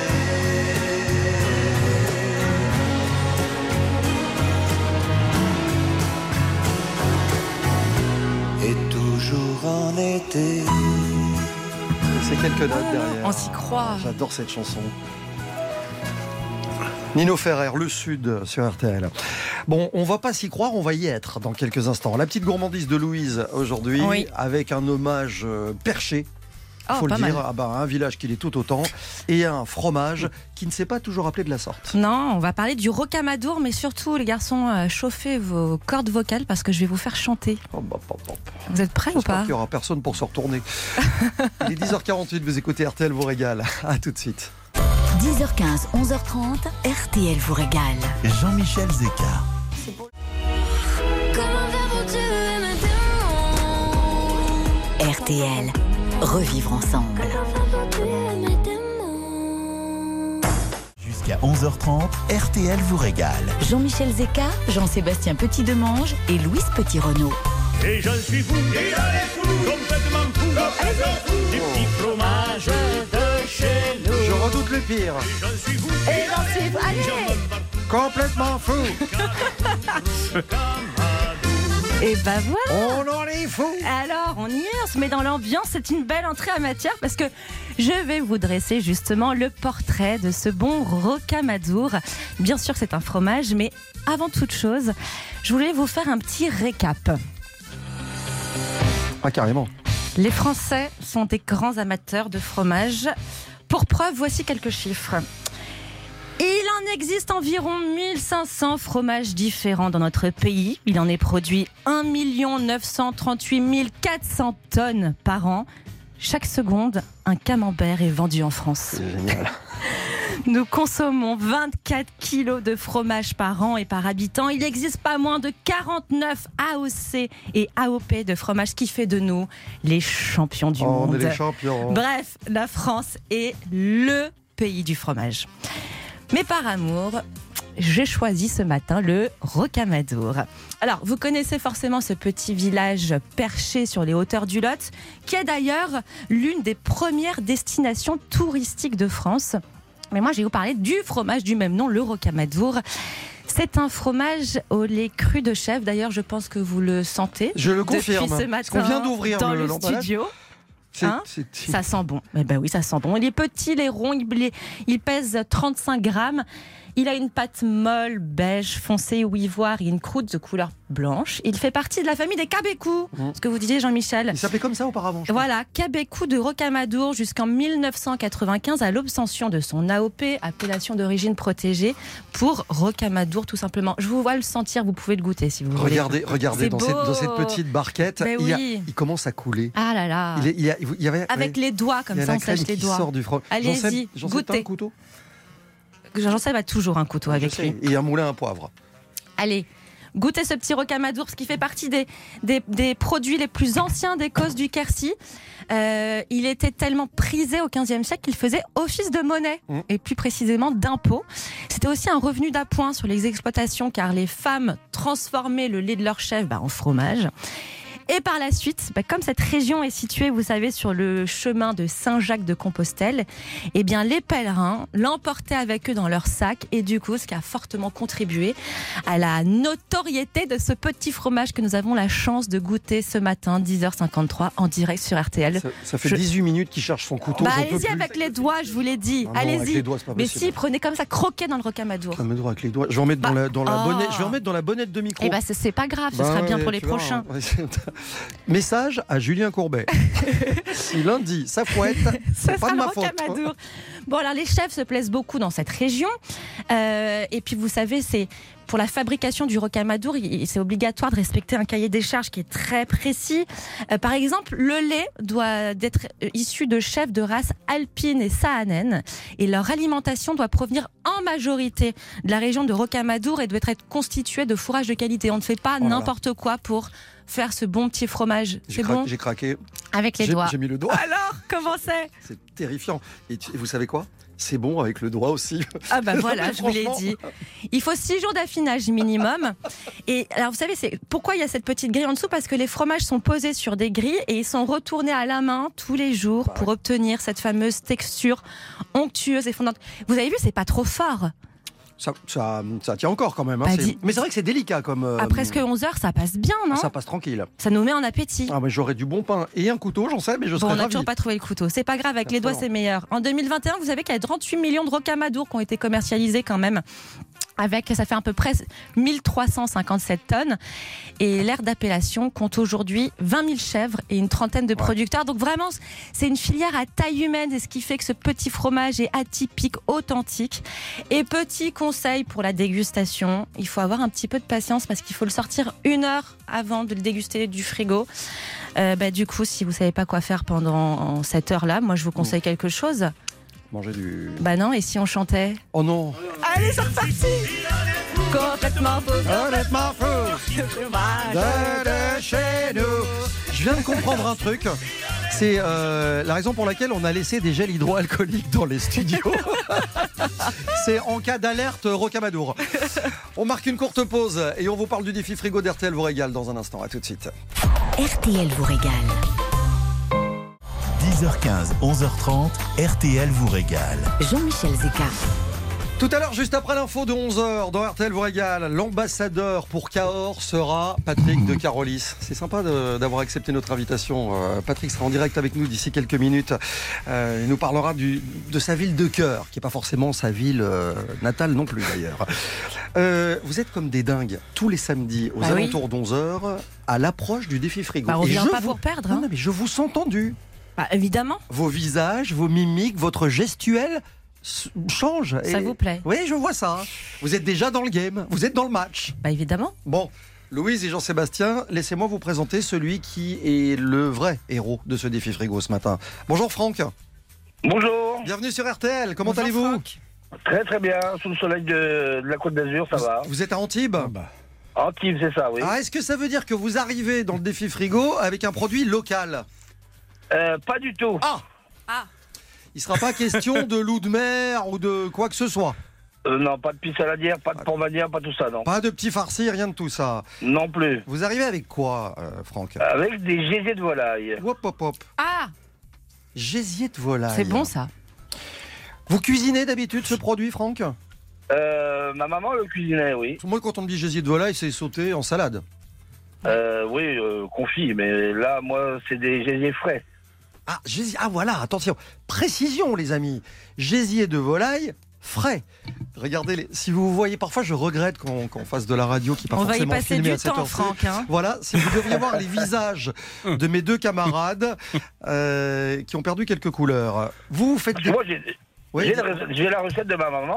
F: d'années. Et toujours en été.
C: C'est quelques notes derrière.
E: On s'y croit.
C: J'adore cette chanson. Nino Ferrer, Le Sud sur R T L. Bon, on va pas s'y croire, on va y être dans quelques instants. La petite gourmandise de Louise aujourd'hui, oui. Avec un hommage euh, perché. Il faut
E: oh,
C: le dire,
E: mal.
C: ah bah, un village qui l'est tout autant, et un fromage qui ne s'est pas toujours appelé de la sorte.
E: Non, on va parler du rocamadour, mais surtout, les garçons, euh, chauffez vos cordes vocales parce que je vais vous faire chanter.
C: Oh, bah, bah, bah.
E: Vous êtes prêts ou pas?
C: Il n'y aura personne pour se retourner. Il est dix heures quarante-huit, vous écoutez R T L vous régale. À tout de suite.
B: dix heures quinze, onze heures trente, R T L vous régale.
A: Jean-Michel Zeka.
B: R T L, revivre ensemble.
A: Jusqu'à onze heures trente, R T L vous régale.
B: Jean-Michel Zeka, Jean-Sébastien Petit-Demange et Louise Petit-Renaud.
M: Et j'en suis fou, et j'en est fou, complètement fou, du petit fromage de chez nous.
C: Je redoute le pire.
M: Et j'en suis fou,
E: et j'en suis fou, allez,
C: complètement fou.
E: Et bah voilà.
C: On en est fou.
E: Alors, on y est, on se met dans l'ambiance. C'est une belle entrée en matière parce que je vais vous dresser justement le portrait de ce bon rocamadour. Bien sûr, c'est un fromage, mais avant toute chose, je voulais vous faire un petit récap.
C: Ah, carrément.
E: Les Français sont des grands amateurs de fromage. Pour preuve, voici quelques chiffres. Il en existe environ mille cinq cents fromages différents dans notre pays. Il en est produit un million neuf cent trente-huit mille quatre cents tonnes par an. Chaque seconde, un camembert est vendu en France.
C: C'est génial.
E: Nous consommons vingt-quatre kilos de fromage par an et par habitant. Il n'existe pas moins de quarante-neuf A O C et A O P de fromage, ce qui fait de nous les champions du
C: oh,
E: monde.
C: On est les champions.
E: Bref, la France est le pays du fromage. Mais par amour, j'ai choisi ce matin le rocamadour. Alors, vous connaissez forcément ce petit village perché sur les hauteurs du Lot, qui est d'ailleurs l'une des premières destinations touristiques de France. Mais moi, je vais vous parler du fromage du même nom, le rocamadour. C'est un fromage au lait cru de chèvre. D'ailleurs, je pense que vous le sentez.
C: Je le confirme.
E: Depuis ce matin,
C: on vient d'ouvrir
E: dans
C: le,
E: le studio.
C: C'est,
E: hein
C: c'est...
E: Ça sent bon. Eh ben oui, ça sent bon. Il est petit, il est rond, il, est, il pèse trente-cinq grammes. Il a une pâte molle, beige, foncée ou ivoire et une croûte de couleur blanche. Il fait partie de la famille des cabécous. Mmh. Ce que vous disiez, Jean-Michel.
C: Il s'appelait comme ça auparavant.
E: Voilà, cabécous de rocamadour jusqu'en mille neuf cent quatre-vingt-quinze à l'obtention de son A O P, appellation d'origine protégée, pour rocamadour tout simplement. Je vous vois le sentir, vous pouvez le goûter si vous
C: regardez,
E: voulez.
C: Regardez, dans cette, dans cette petite barquette,
E: ben
C: il,
E: oui.
C: a, il commence à couler.
E: Ah là là.
C: Il, est, il, a, il y avait,
E: Avec
C: ouais,
E: les doigts, comme ça, on sèche les doigts.
C: Sort du fro...
E: Allez-y,
C: J'en
E: goûtez.
C: Un couteau.
E: Jean-Seb a toujours un couteau avec lui.
C: Et un moulin à poivre.
E: Allez, goûtez ce petit rocamadour, ce qui fait partie des, des, des produits les plus anciens des Côtes du Quercy. Euh, il était tellement prisé au quinzième siècle qu'il faisait office de monnaie, mmh. et plus précisément d'impôt. C'était aussi un revenu d'appoint sur les exploitations, car les femmes transformaient le lait de leur chèvre bah, en fromage. Et par la suite, bah, comme cette région est située, vous savez, sur le chemin de Saint-Jacques-de-Compostelle, eh bien, les pèlerins l'emportaient avec eux dans leur sac. Et du coup, ce qui a fortement contribué à la notoriété de ce petit fromage que nous avons la chance de goûter ce matin, dix heures cinquante-trois, en direct sur R T L.
C: Ça, ça fait
E: je...
C: dix-huit minutes qu'il cherche son couteau.
E: Bah, allez-y avec les doigts, je vous l'ai dit.
C: Ah non,
E: allez-y.
C: Doigts,
E: mais si, prenez comme ça, croquez dans le rocamadour.
C: Rocamadour avec les doigts. Je vais en mettre bah, dans la, dans la oh. bonnette. Je vais en mettre dans la bonnette de micro.
E: Eh bah, c'est, c'est pas grave, ce
C: bah,
E: sera bien
C: ouais,
E: pour les prochains.
C: Message à Julien Courbet. Si lundi, ça fouette, c'est pas de ma faute.
E: Bon, alors les chefs se plaisent beaucoup dans cette région. Euh, et puis, vous savez, c'est pour la fabrication du rocamadour, c'est obligatoire de respecter un cahier des charges qui est très précis. Euh, par exemple, le lait doit être issu de chèvres de race alpine et saanen. Et leur alimentation doit provenir en majorité de la région de Rocamadour et doit être constituée de fourrage de qualité. On ne fait pas oh n'importe quoi pour faire ce bon petit fromage.
C: J'ai
E: c'est
C: cra-
E: bon
C: J'ai craqué.
E: avec les
C: j'ai,
E: doigts.
C: J'ai mis le doigt.
E: Alors, comment c'est ?
C: C'est terrifiant. Et, tu, et vous savez quoi ? C'est bon avec le doigt aussi.
E: Ah bah voilà, je vous l'ai dit. Il faut six jours d'affinage minimum. Et alors vous savez, c'est pourquoi il y a cette petite grille en dessous, parce que les fromages sont posés sur des grilles et ils sont retournés à la main tous les jours pour obtenir cette fameuse texture onctueuse et fondante. Vous avez vu, c'est pas trop fort.
C: Ça, ça, ça tient encore quand même. Hein,
E: Bah,
C: c'est-
E: dis-
C: Mais c'est vrai que c'est délicat comme. euh,
E: À presque onze heures, ça passe bien, non?
C: Ça passe tranquille.
E: Ça nous met en appétit.
C: Ah, mais j'aurais du bon pain et un couteau, j'en sais, mais je
E: Bon,
C: serais
E: on n'a
C: ravi.
E: toujours pas trouvé le couteau. C'est pas grave, avec les doigts, c'est meilleur. En deux mille vingt et un, vous savez qu'il y a trente-huit millions de rocamadours qui ont été commercialisés quand même. Avec, ça fait à peu près mille trois cent cinquante-sept tonnes. Et l'aire d'appellation compte aujourd'hui vingt mille chèvres et une trentaine de producteurs. Donc vraiment, c'est une filière à taille humaine. Et ce qui fait que ce petit fromage est atypique, authentique. Et petit conseil pour la dégustation, il faut avoir un petit peu de patience parce qu'il faut le sortir une heure avant de le déguster du frigo. Euh, bah, du coup, si vous savez pas quoi faire pendant cette heure-là, moi je vous conseille quelque chose.
C: Manger du.
E: Bah non, et si on chantait?
C: Oh non.
E: Allez, c'est reparti. Complètement fou.
C: Complètement fou. De, de chez nous. Je viens de comprendre un truc. C'est euh, la raison pour laquelle on a laissé des gels hydroalcooliques dans les studios. C'est en cas d'alerte rocamadour. On marque une courte pause et on vous parle du défi frigo d'R T L vous régale dans un instant. À tout de suite.
B: R T L vous régale.
A: dix heures quinze, onze heures trente, R T L vous régale.
B: Jean-Michel Zeka.
C: Tout à l'heure, juste après l'info de onze heures, dans R T L vous régale, l'ambassadeur pour Cahors sera Patrick de Carolis. C'est sympa de- d'avoir accepté notre invitation. Euh, Patrick sera en direct avec nous d'ici quelques minutes. Euh, il nous parlera du, de sa ville de cœur, qui n'est pas forcément sa ville euh, natale non plus d'ailleurs. Euh, vous êtes comme des dingues tous les samedis aux
E: Bah oui.
C: alentours d'onze heures à l'approche du défi frigo.
E: Bah, on
C: Et
E: vient
C: je
E: pas
C: vous-
E: pour perdre.
C: Non,
E: Hein.
C: non, mais je vous sens tendu.
E: Bah, évidemment.
C: Vos visages, vos mimiques, votre gestuelle s- change.
E: Ça vous plaît?
C: Oui, je vois ça. Vous êtes déjà dans le game, vous êtes dans le match.
E: Bah évidemment.
C: Bon, Louise et Jean-Sébastien, laissez-moi vous présenter celui qui est le vrai héros de ce défi frigo ce matin. Bonjour Franck.
N: Bonjour.
C: Bienvenue sur R T L, comment
E: Bonjour,
C: allez-vous?
E: Franck.
N: Très très bien, sous le soleil de, de la Côte d'Azur, ça va.
C: Vous êtes à Antibes?
N: Antibes, c'est ça, oui.
C: Ah, est-ce que ça veut dire que vous arrivez dans le défi frigo avec un produit local?
N: Euh, pas du tout.
C: Ah,
E: Ah.
C: il ne sera pas question de loup de mer ou de quoi que ce soit?
N: Euh, non, pas de pisse saladière, pas de pomadière, pas tout ça, non.
C: Pas de petits farcis, rien de tout ça.
N: Non plus.
C: Vous arrivez avec quoi, euh, Franck?
N: Avec des gésiers de volaille.
C: Hop, hop, hop.
E: Ah,
C: Gésier de volaille.
E: c'est bon ça.
C: Vous cuisinez d'habitude ce produit, Franck?
N: Euh, ma maman le cuisinait, oui.
C: Moi, quand on me dit gésier de volaille, c'est sauté en salade.
N: Euh, oui, euh, confit, mais là, moi, c'est des gésiers frais.
C: Ah, gésier. Ah, voilà, attention. Précision, les amis. Gésier de volaille frais. Regardez, les... si vous voyez, parfois je regrette qu'on qu'on fasse de la radio qui n'est pas
E: On va y
C: forcément
E: passer
C: filmée
E: du
C: à cette
E: temps,
C: heure-ci.
E: Franck. Hein.
C: Voilà, si vous deviez voir les visages de mes deux camarades euh, qui ont perdu quelques couleurs. Vous, vous faites des...
N: Moi, j'ai
C: Oui,
N: j'ai la, recette- j'ai la recette de ma maman,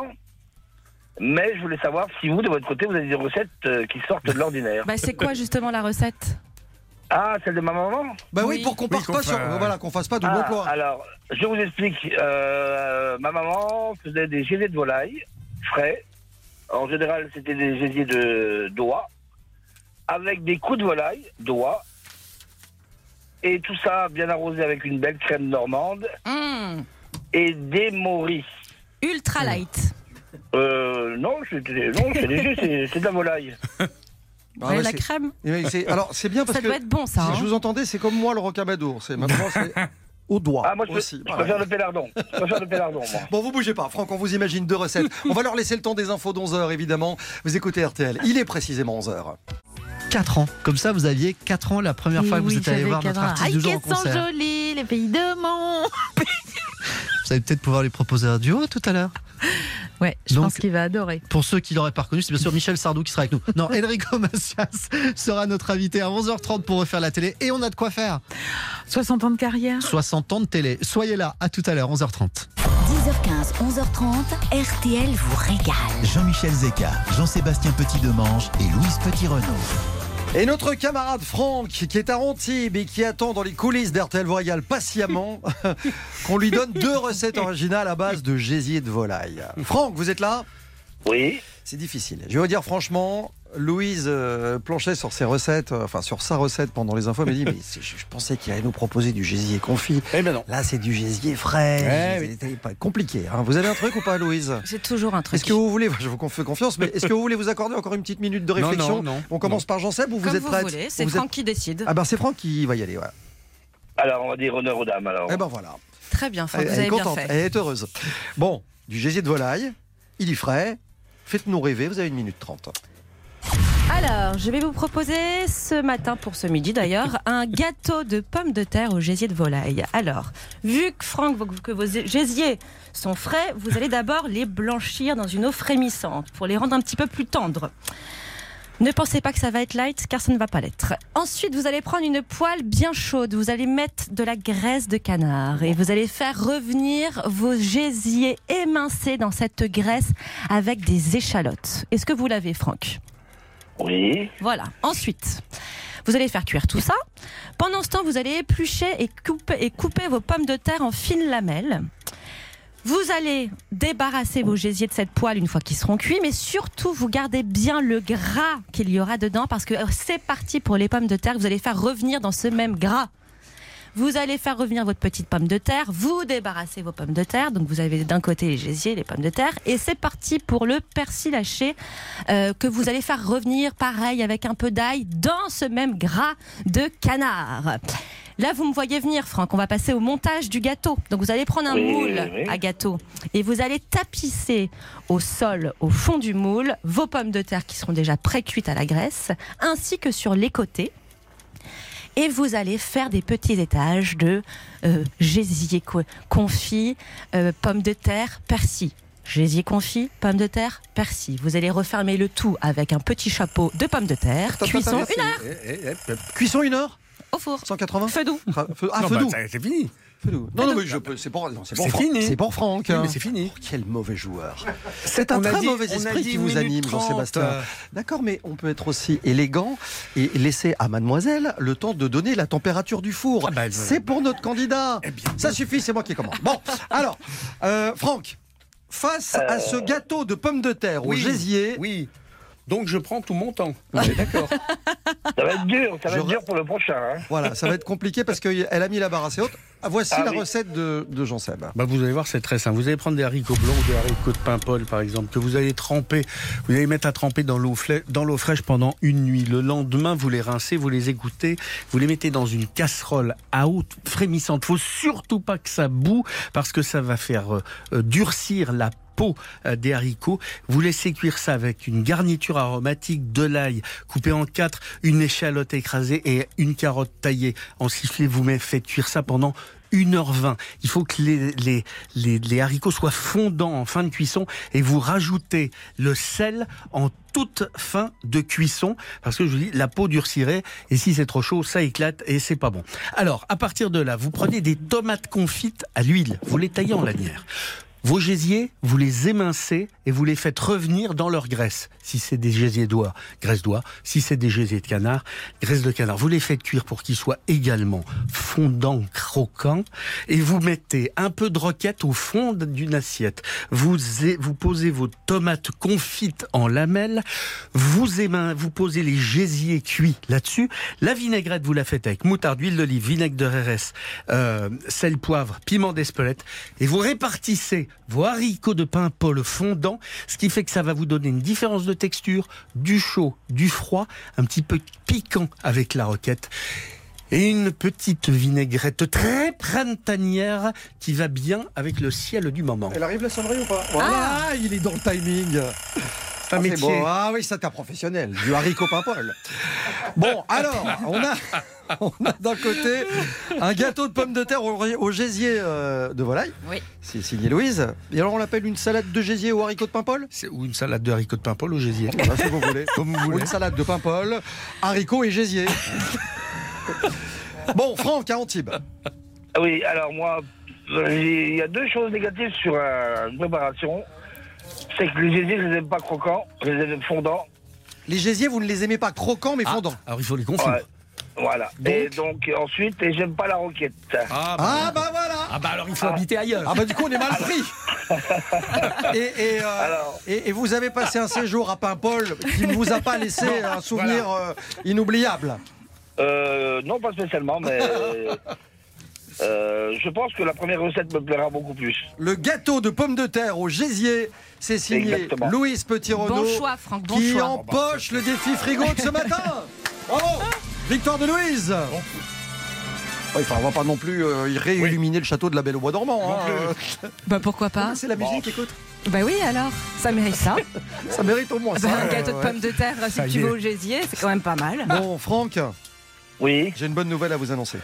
N: mais je voulais savoir si vous, de votre côté, vous avez des recettes euh, qui sortent de l'ordinaire.
E: Bah c'est quoi justement la recette?
N: Ah, celle de ma maman?
C: Bah oui,
E: Oui.
C: pour qu'on
D: Oui,
C: parte
D: qu'on
C: pas
D: fait-
C: sur... Voilà, qu'on fasse pas double
N: Ah,
C: emploi.
N: alors, je vous explique. Euh, ma maman faisait des gésiers de volaille frais. En général, c'était des gésiers de d'oie, avec des coups de volaille d'oie, et tout ça bien arrosé avec une belle crème normande
E: Mmh.
N: et des morilles.
E: Ultra light.
N: Euh, non, c'est non, c'est léger, c'est- c'est de la volaille.
C: Ah,
E: Ouais,
C: ouais,
E: la
C: c'est-
E: crème.
C: Mais c'est- Alors, c'est bien parce
E: Ça
C: que...
E: doit être bon ça.
C: Si
E: Hein.
C: je vous entendais, c'est comme moi le rocamadour. C'est maintenant c'est au doigt
N: Ah, moi, je,
C: aussi.
N: je
C: Voilà.
N: préfère le pélardon. Je préfère le pélardon, moi.
C: Bon, vous bougez pas, Franck, on vous imagine deux recettes. On va leur laisser le temps des infos d'onze heures, évidemment. Vous écoutez R T L, il est précisément onze heures.
O: quatre ans. Comme ça, vous aviez quatre ans la première fois que vous
E: Oui,
O: êtes allé
E: j'avais
O: voir notre
E: quatre ans.
O: artiste
E: Aïe,
O: du jour en
E: qu'elles sont
O: concert.
E: jolies, les pays de mon.
O: Vous allez peut-être pouvoir lui proposer un duo tout à l'heure.
E: Ouais, je
O: Donc,
E: pense qu'il va adorer.
O: Pour ceux qui l'auraient pas reconnu, c'est bien sûr Michel Sardou qui sera avec nous. Non, Enrico Macias sera notre invité à onze heures trente pour refaire la télé. Et on a de quoi faire.
P: soixante ans de carrière.
O: soixante ans de télé. Soyez là, à tout à l'heure, onze heures trente.
B: dix heures quinze, onze heures trente, R T L vous régale.
A: Jean-Michel Zeka, Jean-Sébastien Petit-Demange et Louise Petit-Renaud.
C: Et notre camarade Franck, qui est à Antibes et qui attend dans les coulisses d'R T L vous régale patiemment qu'on lui donne deux recettes originales à base de gésier de volaille. Franck, vous êtes là?
N: Oui.
C: C'est difficile. Je vais vous dire franchement, Louise euh, planchait sur ses recettes, euh, enfin sur sa recette pendant les infos, elle m'a dit mais c'est- je, je pensais qu'il allait nous proposer du gésier confit.
D: Eh ben non.
C: Là, c'est du gésier frais.
D: Eh
C: C'était pas compliqué. Hein. Vous avez un truc ou pas, Louise?
E: J'ai toujours un truc.
C: Est-ce que vous voulez, je vous fais confiance, mais est-ce que vous voulez vous accorder encore une petite minute de
D: Non,
C: réflexion?
D: non, non,
C: On commence
D: non.
C: par Jean-Seb ou vous
E: Comme
C: êtes
E: vous
C: prête?
E: voulez, c'est
C: Vous
E: Franck
C: êtes-
E: qui décide.
C: Ah ben c'est Franck qui va y aller. Voilà.
N: Alors, on va dire honneur aux dames, alors.
C: Eh ben voilà.
E: Très bien, Franck,
C: Elle,
E: vous
C: elle
E: avez
C: est
E: bien
C: contente,
E: fait.
C: elle est heureuse. Bon, du gésier de volaille, il est frais. Faites-nous rêver, vous avez une minute trente.
E: Alors, je vais vous proposer ce matin, pour ce midi d'ailleurs, un gâteau de pommes de terre au gésier de volaille. Alors, vu que Franck, que vos gésiers sont frais, vous allez d'abord les blanchir dans une eau frémissante pour les rendre un petit peu plus tendres. Ne pensez pas que ça va être light, car ça ne va pas l'être. Ensuite, vous allez prendre une poêle bien chaude. Vous allez mettre de la graisse de canard et vous allez faire revenir vos gésiers émincés dans cette graisse avec des échalotes. Est-ce que vous l'avez, Franck ?
N: Oui.
E: Voilà. Ensuite, vous allez faire cuire tout ça. Pendant ce temps, vous allez éplucher et couper, et couper vos pommes de terre en fines lamelles. Vous allez débarrasser vos gésiers de cette poêle une fois qu'ils seront cuits, mais surtout, vous gardez bien le gras qu'il y aura dedans, parce que c'est parti pour les pommes de terre. Vous allez faire revenir dans ce même gras. Vous allez faire revenir votre petite pomme de terre, vous débarrassez vos pommes de terre, donc vous avez d'un côté les gésiers, les pommes de terre, et c'est parti pour le persil haché euh, que vous allez faire revenir pareil avec un peu d'ail dans ce même gras de canard. Là, vous me voyez venir, Franck, on va passer au montage du gâteau. Donc vous allez prendre un
N: Oui,
E: moule
N: oui.
E: à gâteau et vous allez tapisser au sol, au fond du moule, vos pommes de terre qui seront déjà pré-cuites à la graisse, ainsi que sur les côtés. Et vous allez faire des petits étages de euh, gésier co- confit, euh, pommes de terre, persil. Gésier confit, pommes de terre, persil. Vous allez refermer le tout avec un petit chapeau de pommes de terre.
C: Attends,
E: Cuisson
C: attends,
E: une heure
D: Eh, eh, eh,
C: Cuisson une heure?
E: au four.
C: cent quatre-vingts?
E: Feu doux.
C: Ah, feu, ah,
D: non,
C: feu
D: bah,
C: doux.
D: ça, c'est fini.
C: Feu doux. Non, non, mais je peux. C'est pour, non, c'est pour
D: C'est
C: Franck.
D: fini.
C: C'est pour Franck.
D: Oui,
C: hein.
D: mais c'est fini.
C: Oh, quel mauvais joueur. C'est un
D: On a
C: très
D: dit-
C: mauvais
D: on a
C: esprit
D: dit
C: qui
D: une
C: vous
D: minute
C: anime,
D: trente.
C: Jean-Sébastien. D'accord, mais on peut être aussi élégant et laisser à mademoiselle le temps de donner la température du four.
D: Ah bah, elle-
C: c'est pour notre candidat.
D: Eh bien,
C: Ça suffit, c'est moi qui commande. Bon, alors, euh, Franck, face à ce gâteau de pommes de terre au
D: Oui,
C: gésier,
D: Oui. Donc je prends tout mon temps. Vous êtes d'accord?
N: Ça va être dur, ça va
C: Je
N: être dur pour le prochain. Hein.
C: voilà, ça va être compliqué parce qu'elle a mis la barre assez haute. Ah, voici
N: Ah
C: la
N: oui.
C: recette de, de Jean-Seb.
D: Bah vous allez voir, c'est très simple. Vous allez prendre des haricots blancs ou des haricots de Paimpol, par exemple, que vous allez tremper. Vous allez mettre à tremper dans l'eau fla- dans l'eau fraîche pendant une nuit. Le lendemain, vous les rincez, vous les égouttez, vous les mettez dans une casserole à eau frémissante. Faut surtout pas que ça boue parce que ça va faire euh, euh, durcir la peau euh, des haricots. Vous laissez cuire ça avec une garniture aromatique, de l'ail coupé en quatre, une échalote écrasée et une carotte taillée en sifflet. Vous me- faites cuire ça pendant une heure vingt. Il faut que les, les, les, les haricots soient fondants en fin de cuisson et vous rajoutez le sel en toute fin de cuisson parce que je vous dis, la peau durcirait et si c'est trop chaud, ça éclate et c'est pas bon. Alors, à partir de là, vous prenez des tomates confites à l'huile, vous les taillez en lanières. Vos gésiers, vous les émincez et vous les faites revenir dans leur graisse. Si c'est des gésiers d'oie, graisse d'oie. Si c'est des gésiers de canard, graisse de canard. Vous les faites cuire pour qu'ils soient également fondants, croquants. Et vous mettez un peu de roquette au fond d'une assiette. Vous, vous posez vos tomates confites en lamelles. Vous, émin, vous posez les gésiers cuits là-dessus. La vinaigrette, vous la faites avec moutarde, huile d'olive, vinaigre de Rérès, euh, sel, poivre, piment d'Espelette. Et vous répartissez vos haricots de Paimpol fondants, ce qui fait que ça va vous donner une différence de texture, du chaud, du froid, un petit peu piquant avec la roquette. Et une petite vinaigrette très printanière qui va bien avec le ciel du moment.
C: Elle arrive la sonnerie ou pas? Voilà, ah, il est dans le timing.
D: C'est un
C: Ah,
D: métier.
C: bon. Ah oui, c'est un professionnel, du haricot Paimpol. Bon, alors, on a, on a d'un côté un gâteau de pommes de terre au, au gésier euh, de volaille.
E: Oui.
C: C'est signé Louise. Et alors, on l'appelle une salade de gésier au haricot de Paimpol?
D: C'est- Ou une salade de haricots de Paimpol au gésier.
C: Voilà, si vous voulez.
D: Comme vous
C: Ou
D: voulez.
C: une salade de Paimpol, haricots et gésier. Bon, Franck, à Antibes.
N: Oui, alors moi, euh, j'ai- il y a deux choses négatives sur euh, une préparation. C'est que les gésiers, je les aime pas croquants, je les aime fondants.
C: Les gésiers, vous ne les aimez pas croquants, mais fondants.
D: Alors il faut les confondre.
N: Ouais, voilà. Et donc, ensuite, et j'aime pas la roquette.
D: Ah,
C: Ah, bah voilà.
D: Ah Ah bah alors il faut habiter ailleurs.
C: Ah bah du coup on est mal pris. et, et, euh,
N: Alors.
C: et, et vous avez passé un séjour à Paimpol qui ne vous a pas laissé un souvenir
N: Voilà.
C: euh, inoubliable.
N: Euh, non, pas spécialement, mais euh, je pense que la première recette me plaira beaucoup plus.
C: Le gâteau de pommes de terre au gésier, c'est signé
N: Exactement.
C: Louise Petit-Renaud.
E: Bon choix, Franck, bon
C: qui
E: choix.
C: empoche le défi frigo de ce matin. Bravo, victoire de Louise. Ouais, enfin, on va pas non plus euh, réilluminer le château de la Belle au Bois dormant. Hein.
E: Bah pourquoi pas.
C: C'est la musique, écoute.
E: Bah oui alors, ça mérite ça.
C: Ça mérite au moins
E: Bah,
C: ça.
E: un gâteau de
C: Ouais.
E: pommes de terre, si
D: Ça y
E: tu
D: est.
E: vas au gésier, c'est quand même pas mal.
C: Bon, Franck,
N: Oui,
C: j'ai une bonne nouvelle à vous annoncer.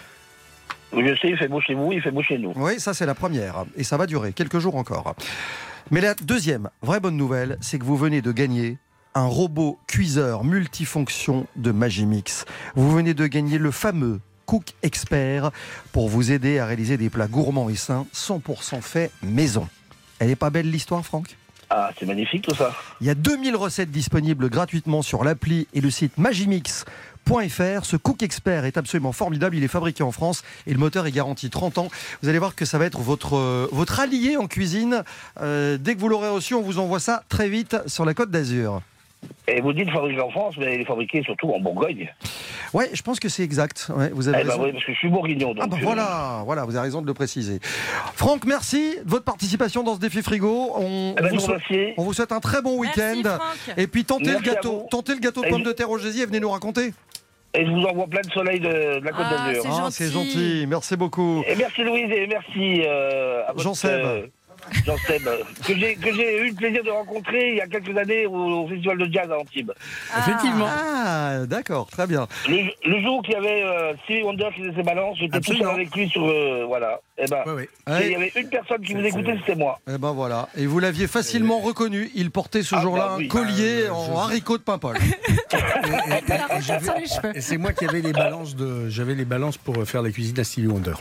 N: je sais, il fait beau chez vous, il fait beau chez nous.
C: Oui, ça c'est la première. Et ça va durer quelques jours encore. Mais la deuxième vraie bonne nouvelle, c'est que vous venez de gagner un robot cuiseur multifonction de Magimix. Vous venez de gagner le fameux Cook Expert pour vous aider à réaliser des plats gourmands et sains cent pour cent faits maison. Elle est pas belle l'histoire, Franck ?
N: Ah, c'est magnifique tout ça.
C: Il y a deux mille recettes disponibles gratuitement sur l'appli et le site magimix point f r. Ce Cook Expert est absolument formidable. Il est fabriqué en France et le moteur est garanti trente ans. Vous allez voir que ça va être votre, euh, votre allié en cuisine. Euh, dès que vous l'aurez reçu, on vous envoie ça très vite sur la Côte d'Azur.
N: Et vous dites fabriqué en France, mais il est fabriqué surtout en Bourgogne.
C: Ouais, je pense que c'est exact. Ouais, vous avez
N: Eh ben
C: raison.
N: oui, parce que je suis bourguignon. Donc
C: Ah bah
N: euh,
C: voilà, voilà, vous avez raison de le préciser. Franck, merci de votre participation dans ce défi frigo. On,
N: Eh ben,
C: on vous,
N: je vous
C: souhaite,
N: remercie.
C: on vous souhaite un très bon
E: Merci,
C: week-end.
E: Franck.
C: Et puis tentez
N: Merci
C: le
N: à
C: gâteau,
N: vous.
C: tentez le gâteau de
N: Et
C: pommes
N: je-
C: de terre au gésier et venez nous raconter.
N: Et je vous envoie plein de soleil de, de la Côte
E: Ah,
N: d'Azur.
E: c'est
C: Ah, c'est
E: gentil.
C: gentil, merci beaucoup.
N: Et merci Louise et merci euh, à votre,
C: Jean-Seb.
N: euh, Jean-Seb, que j'ai que j'ai eu le plaisir de rencontrer il y a quelques années au, au Festival de Jazz à Antibes.
D: Effectivement.
C: Ah, d'accord, très bien.
N: Le, le jour qu'il y avait euh, Stevie Wonder qui faisait ses balances, j'étais tout
D: Absolument.
N: seul avec lui sur... euh, voilà. Et ben,
D: Ouais, ouais.
N: il y avait une personne qui vous
D: C'est-
N: écoutait, c'était moi.
C: Et ben voilà, et vous l'aviez facilement reconnu. Il portait ce
N: Ah,
C: jour-là
N: bah oui.
C: un collier
D: Ah, euh,
C: en
D: je-
C: haricot de Paimpol.
D: Et, et- et- et j'avais-
E: sur les cheveux.
D: et c'est moi qui avais les balances de, j'avais les balances pour faire la cuisine à Stevie Wonder.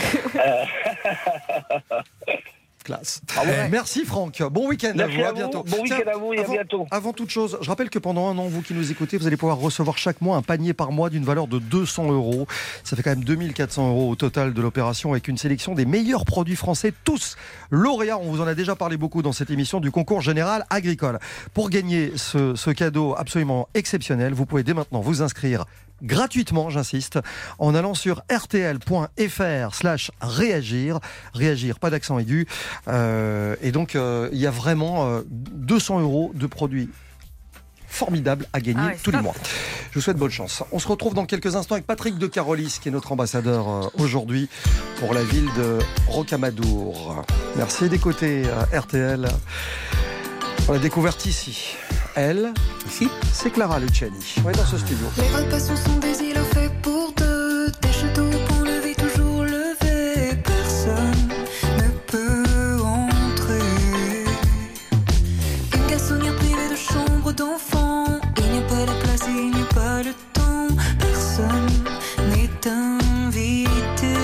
C: Classe.
N: Ah ouais.
C: Merci Franck. Bon week-end à
N: Merci
C: vous.
N: à
C: À
N: vous.
C: bientôt.
N: Bon week-end à vous et à
C: avant,
N: bientôt.
C: Avant toute chose, je rappelle que pendant un an, vous qui nous écoutez, vous allez pouvoir recevoir chaque mois un panier par mois d'une valeur de deux cents euros. Ça fait quand même deux mille quatre cents euros au total de l'opération avec une sélection des meilleurs produits français, tous lauréats. On vous en a déjà parlé beaucoup dans cette émission du concours général agricole. Pour gagner ce, ce cadeau absolument exceptionnel, vous pouvez dès maintenant vous inscrire gratuitement, j'insiste, en allant sur rtl.fr slash réagir. Réagir, pas d'accent aigu. Euh, et donc, euh, il y a vraiment euh, deux cents euros de produits formidables à gagner
E: Ah ouais,
C: tous les
E: stop.
C: mois. Je vous souhaite bonne chance. On se retrouve dans quelques instants avec Patrick de Carolis, qui est notre ambassadeur euh, aujourd'hui pour la ville de Rocamadour. Merci d'écouter euh, R T L. On l'a découverte ici. Elle,
D: Ici
C: c'est Clara Luciani. On est dans ce studio.
Q: Les repas sont des îlots faits pour deux. Des châteaux pour lever, toujours levé. Personne ne peut entrer. Une garçonnière privée de chambre d'enfant. Il n'y a pas de place et il n'y a pas de temps. Personne n'est invité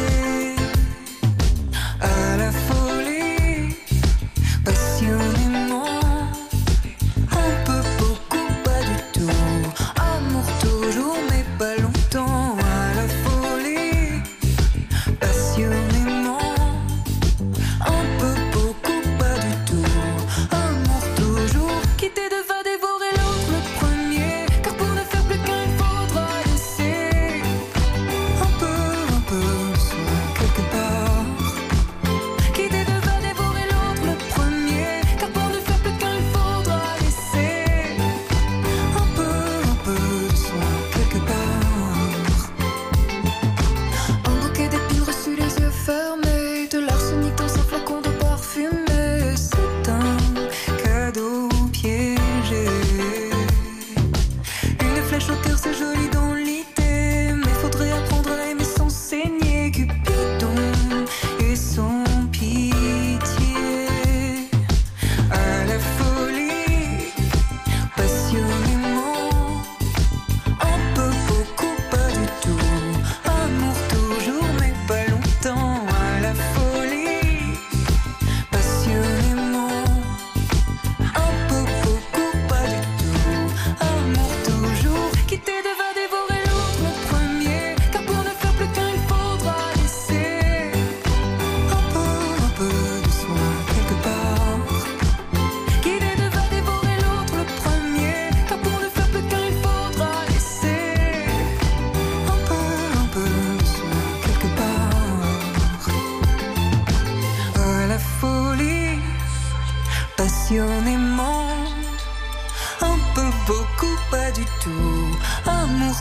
Q: à la folie. Passionnément. Un peu, beaucoup, pas du tout. Amour toujours, mais pas longtemps.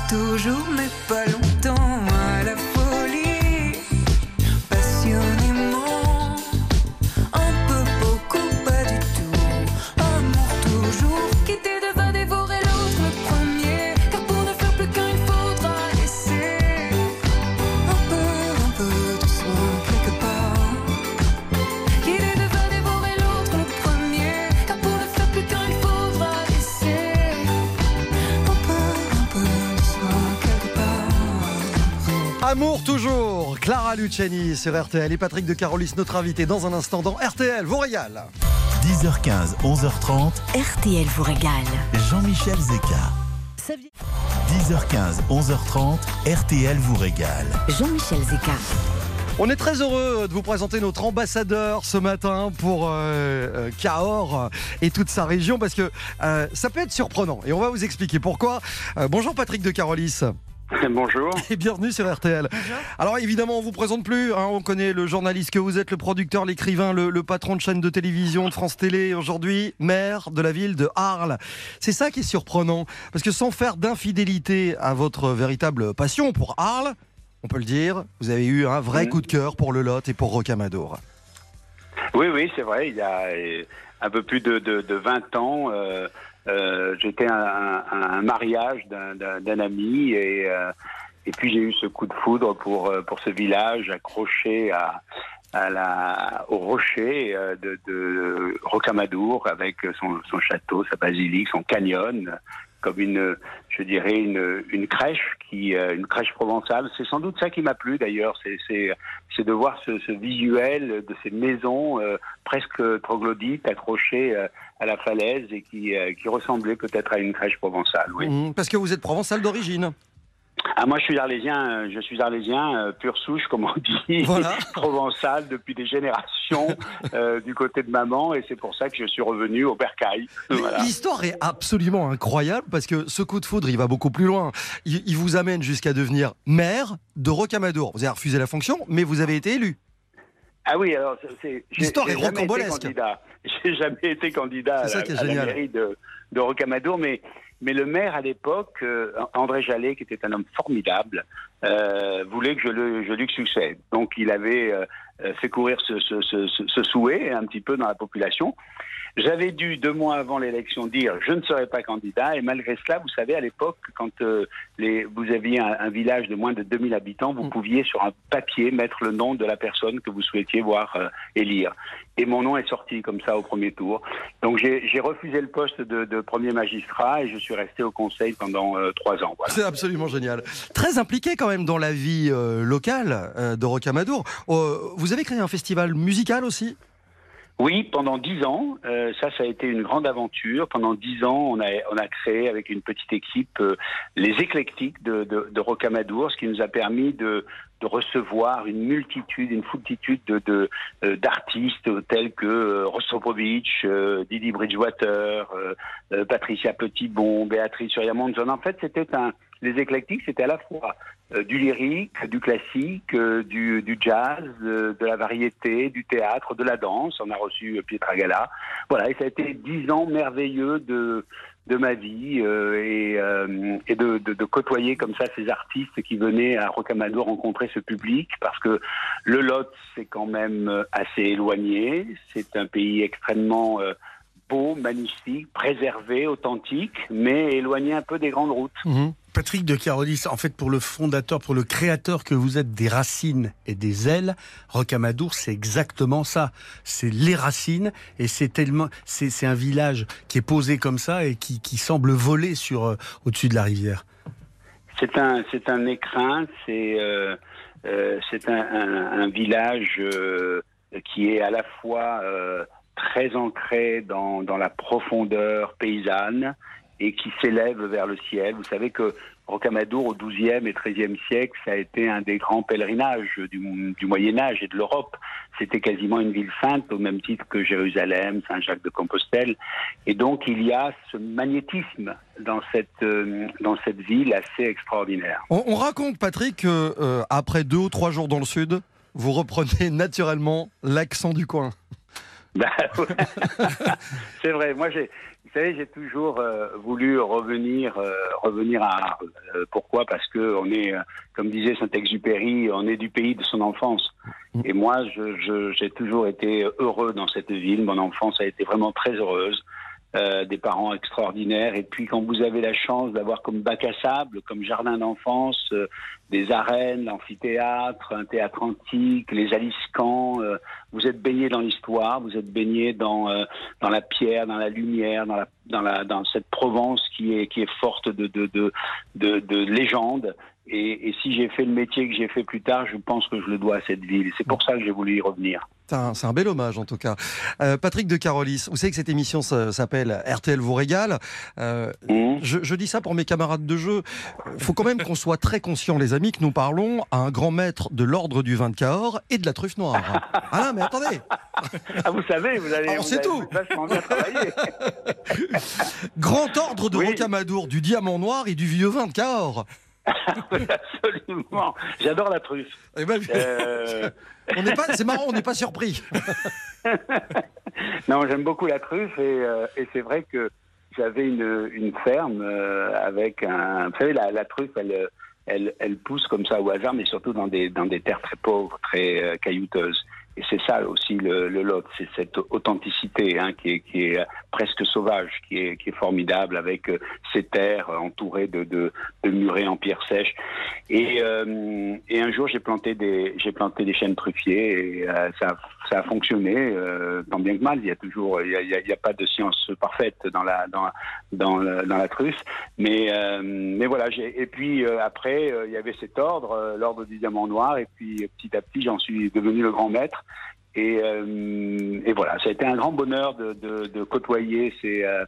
Q: toujours, mais pas longtemps. À la folie, passionnément, un peu, beaucoup, pas du tout. Amour toujours, quitter devant dévorer l'autre le premier. Car pour ne faire plus qu'un, il faudra laisser un peu, un peu de soi quelque part. Quitter devant dévorer l'autre le premier. Car pour ne faire plus qu'un, il faudra laisser un peu, un peu de soi quelque part.
C: Amour toujours, Clara Luciani sur R T L et Patrick de Carolis, notre invité dans un instant dans R T L vous régale.
A: dix heures quinze, onze heures trente,
B: R T L vous régale.
A: Jean-Michel Zeka. dix heures quinze, onze heures trente, R T L vous régale.
B: Jean-Michel Zeka.
C: On est très heureux de vous présenter notre ambassadeur ce matin pour euh, euh, Cahors et toute sa région parce que euh, ça peut être surprenant et on va vous expliquer pourquoi. Euh, bonjour Patrick de Carolis.
R: Bonjour.
C: Et bienvenue sur R T L. Bonjour. Alors évidemment on vous présente plus, hein, on connaît le journaliste que vous êtes, le producteur, l'écrivain, le, le patron de chaîne de télévision de France Télé, aujourd'hui maire de la ville de Arles. C'est ça qui est surprenant, parce que sans faire d'infidélité à votre véritable passion pour Arles, on peut le dire, vous avez eu un vrai mmh. coup de cœur pour le Lot et pour Rocamadour.
R: Oui, oui, c'est vrai, il y a un peu plus de, de, de vingt ans... Euh... Euh, j'étais à un, un, un mariage d'un, d'un, d'un ami et, euh, et puis j'ai eu ce coup de foudre pour, pour ce village accroché à, à la, au rocher de, de Rocamadour avec son, son château, sa basilique, son canyon, comme une, je dirais, une, une crèche, qui, une crèche provençale. C'est sans doute ça qui m'a plu d'ailleurs, c'est, c'est, c'est de voir ce, ce visuel de ces maisons euh, presque troglodytes accrochées euh, à la falaise et qui, euh, qui ressemblaient peut-être à une crèche provençale. Oui.
C: Mmh, parce que vous êtes provençal d'origine.
R: Ah, moi, je suis arlésien, je suis arlésien, euh, pure souche, comme on dit, voilà. Provençal depuis des générations euh, du côté de maman, et c'est pour ça que je suis revenu au Bercail. Voilà.
C: L'histoire est absolument incroyable parce que ce coup de foudre, il va beaucoup plus loin. Il, il vous amène jusqu'à devenir maire de Rocamadour. Vous avez refusé la fonction, mais vous avez été élu.
R: Ah oui, alors c'est,
C: l'histoire
R: j'ai,
C: est rocambolesque.
R: J'ai jamais été candidat à, à la mairie de, de Rocamadour, mais Mais le maire à l'époque, euh, André Jallet, qui était un homme formidable, euh, voulait que je, le, je lui succède. Donc il avait euh, fait courir ce, ce, ce, ce souhait un petit peu dans la population. J'avais dû, deux mois avant l'élection, dire je ne serai pas candidat. Et malgré cela, vous savez, à l'époque, quand euh, les, vous aviez un, un village de moins de deux mille habitants, vous pouviez sur un papier mettre le nom de la personne que vous souhaitiez voir euh, élire. Et mon nom est sorti comme ça au premier tour. Donc j'ai, j'ai refusé le poste de, de premier magistrat et je suis resté au conseil pendant euh, trois ans. Voilà.
C: C'est absolument génial. Très impliqué quand même dans la vie euh, locale euh, de Rocamadour. Euh, vous avez créé un festival musical aussi ?
R: Oui, pendant dix ans, euh, ça, ça a été une grande aventure. Pendant dix ans, on a, on a créé avec une petite équipe euh, les Éclectiques de, de, de Rocamadour, ce qui nous a permis de, de recevoir une multitude, une foultitude de, de, euh, d'artistes tels que euh, Rostropovitch, euh, Didi Bridgewater, euh, euh, Patricia Petitbon, Béatrice Suryamonzon. En fait, c'était un... Les Éclectiques, c'était à la fois euh, du lyrique, du classique, euh, du, du jazz, euh, de la variété, du théâtre, de la danse. On a reçu euh, Pietragala. Voilà, et ça a été dix ans merveilleux de, de ma vie euh, et, euh, et de, de, de côtoyer comme ça ces artistes qui venaient à Rocamadour rencontrer ce public, parce que le Lot, c'est quand même assez éloigné. C'est un pays extrêmement... Euh, beau, magnifique, préservé, authentique, mais éloigné un peu des grandes routes.
D: Mmh. Patrick de Carolis, en fait, pour le fondateur, pour le créateur que vous êtes des racines et des ailes, Rocamadour, c'est exactement ça. C'est les racines et c'est tellement, c'est, c'est un village qui est posé comme ça et qui, qui semble voler sur, euh, au-dessus de la rivière.
R: C'est un, c'est un écrin, c'est, euh, euh, c'est un, un, un village euh, qui est à la fois euh, très ancré dans, dans la profondeur paysanne et qui s'élève vers le ciel. Vous savez que Rocamadour, au douzième et treizième siècle, ça a été un des grands pèlerinages du, du Moyen-Âge et de l'Europe. C'était quasiment une ville sainte, au même titre que Jérusalem, Saint-Jacques-de-Compostelle. Et donc, il y a ce magnétisme dans cette, euh, dans cette ville assez extraordinaire.
C: On, on raconte, Patrick, que euh, après deux ou trois jours dans le sud, vous reprenez naturellement l'accent du coin.
R: Bah, ouais. C'est vrai. Moi, j'ai, vous savez, j'ai toujours euh, voulu revenir, euh, revenir à Arles. Euh, pourquoi ? Parce que on est, euh, comme disait Saint-Exupéry, on est du pays de son enfance. Et moi, je, je, j'ai toujours été heureux dans cette ville. Mon enfance a été vraiment très heureuse. Euh, des parents extraordinaires. Et puis, quand vous avez la chance d'avoir comme bac à sable, comme jardin d'enfance, euh, des arènes, l'amphithéâtre, un théâtre antique, les aliscans, euh, vous êtes baigné dans l'histoire, vous êtes baigné dans euh, dans la pierre, dans la lumière, dans la dans la dans cette Provence qui est qui est forte de de de de, de légendes. Et, et si j'ai fait le métier que j'ai fait plus tard, je pense que je le dois à cette ville. Et c'est pour ça que j'ai voulu y revenir.
C: C'est un, c'est un bel hommage en tout cas. Euh, Patrick de Carolis, vous savez que cette émission s'appelle R T L vous régale. Euh, mmh. je, je dis ça pour mes camarades de jeu. Il faut quand même qu'on soit très conscient, les amis, que nous parlons à un grand maître de l'ordre du vin de Cahors et de la truffe noire. Ah non, mais attendez.
R: Ah, vous savez, vous allez.
C: Alors, c'est tout.
R: Vachement bien travaillé.
C: Grand ordre de oui. Rocamadour, du diamant noir et du vieux vin de Cahors.
R: Absolument. J'adore la truffe.
C: Eh ben, euh... on n'est pas, c'est marrant, on n'est pas surpris.
R: Non, j'aime beaucoup la truffe et, euh, et c'est vrai que j'avais une, une ferme euh, avec un. Vous savez, la, la truffe, elle, elle, elle pousse comme ça au hasard, mais surtout dans des, dans des terres très pauvres, très euh, caillouteuses. Et c'est ça aussi le, le Lot, c'est cette authenticité hein, qui, est, qui est presque sauvage, qui est, qui est formidable avec euh, ces terres entourées de, de, de murets en pierre sèche. Et, euh, et un jour, j'ai planté des, j'ai planté des chênes truffiers et euh, ça, ça a fonctionné, euh, tant bien que mal. Il y a toujours, il y a, il y a pas de science parfaite dans la, dans, dans, la, dans la truffe. Mais, euh, mais voilà. J'ai, et puis euh, après, euh, il y avait cet ordre, euh, l'ordre du diamant noir. Et puis petit à petit, j'en suis devenu le grand maître. Et, euh, et voilà, ça a été un grand bonheur de, de, de côtoyer ces, euh,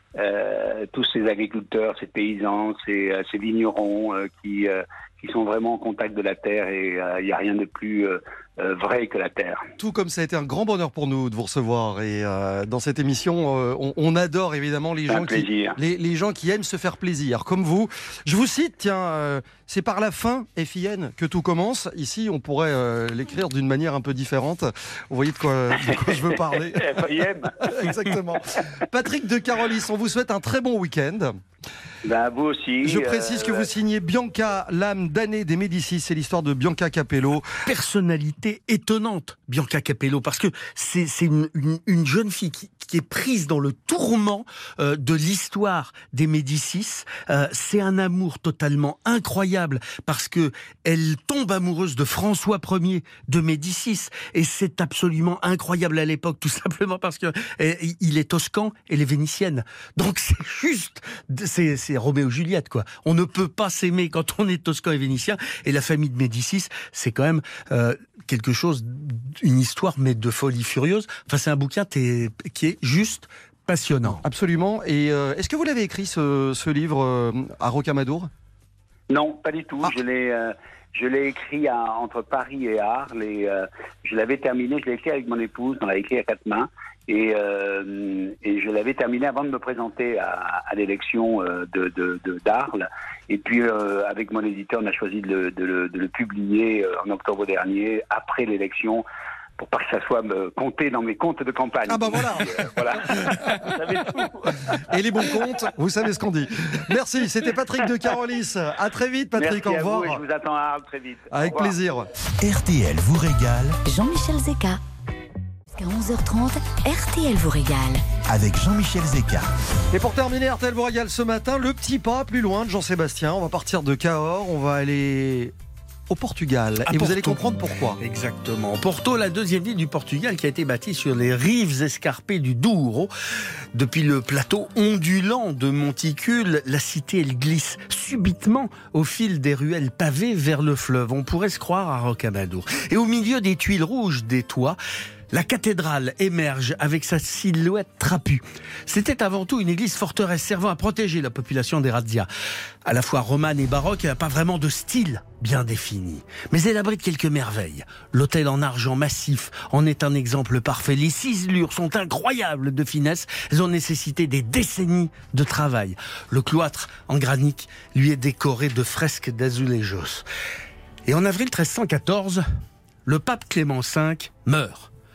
R: euh, tous ces agriculteurs, ces paysans, ces, euh, ces vignerons euh, qui, euh, qui sont vraiment en contact de la terre et il euh, n'y a rien de plus euh, euh, vrai que la terre.
C: Tout comme ça a été un grand bonheur pour nous de vous recevoir et euh, dans cette émission, euh, on, on adore évidemment les gens, qui, les, les gens qui aiment se faire plaisir, comme vous. Je vous cite, tiens, euh, c'est par la fin, F I N, que tout commence. Ici, on pourrait euh, l'écrire d'une manière un peu différente. Vous voyez de quoi, de quoi je veux parler.
R: F I N.
C: Exactement. Patrick de Carolis, on vous souhaite un très bon week-end.
R: Ben, vous aussi.
C: Je précise euh, que vous signez Bianca, l'âme damnée des Médicis. C'est l'histoire de Bianca Capello.
D: Personnalité étonnante, Bianca Capello, parce que c'est, c'est une, une, une jeune fille qui, qui est prise dans le tourment euh, de l'histoire des Médicis. Euh, c'est un amour totalement incroyable parce que elle tombe amoureuse de François Ier de Médicis et c'est absolument incroyable à l'époque, tout simplement parce que eh, il est toscan et elle est vénitienne. Donc c'est juste, c'est, c'est Roméo et Juliette quoi. On ne peut pas s'aimer quand on est toscan et vénitien. Et la famille de Médicis, c'est quand même euh, quelque chose, une histoire mais de folie furieuse. Enfin, c'est un bouquin qui est juste passionnant.
C: Absolument. Et euh, est-ce que vous l'avez écrit ce, ce livre euh, à Rocamadour ?
R: Non, pas du tout. Ah. Je l'ai, euh, je l'ai écrit à, entre Paris et Arles. Et euh, je l'avais terminé. Je l'ai écrit avec mon épouse. On l'a écrit à quatre mains. Et, euh, et je l'avais terminé avant de me présenter à, à l'élection euh, de, de, de d'Arles. Et puis, euh, avec mon éditeur, on a choisi de le, de le, de le publier euh, en octobre dernier, après l'élection, pour pas que ça soit me compté dans mes comptes de campagne.
C: Ah bah voilà,
R: euh, voilà. Vous savez tout.
C: Et les bons comptes, vous savez ce qu'on dit. Merci, c'était Patrick de Carolis. À très vite, Patrick.
R: Merci
C: au revoir.
R: à vous et je vous attends à Arles très vite.
C: Avec plaisir.
A: R T L vous régale.
B: Jean-Michel Zeka. Jusqu'à onze heures trente, R T L vous régale.
A: Avec Jean-Michel Zeka.
C: Et pour terminer R T L vous régale ce matin, le petit pas plus loin de Jean-Sébastien. On va partir de Cahors, on va aller au Portugal.
D: À
C: et
D: Porto.
C: Vous allez comprendre pourquoi.
D: Exactement. Porto, la deuxième ville du Portugal qui a été bâtie sur les rives escarpées du Douro. Depuis le plateau ondulant de Monticule, la cité, elle glisse subitement au fil des ruelles pavées vers le fleuve. On pourrait se croire à Rocamadour. Et au milieu des tuiles rouges des toits, la cathédrale émerge avec sa silhouette trapue. C'était avant tout une église forteresse servant à protéger la population des razzias. À la fois romane et baroque, elle n'a pas vraiment de style bien défini. Mais elle abrite quelques merveilles. L'autel en argent massif en est un exemple parfait. Les ciselures sont incroyables de finesse. Elles ont nécessité des décennies de travail. Le cloître en granit lui est décoré de fresques d'azulejos. Et en avril treize cent quatorze, le pape Clément cinq meurt.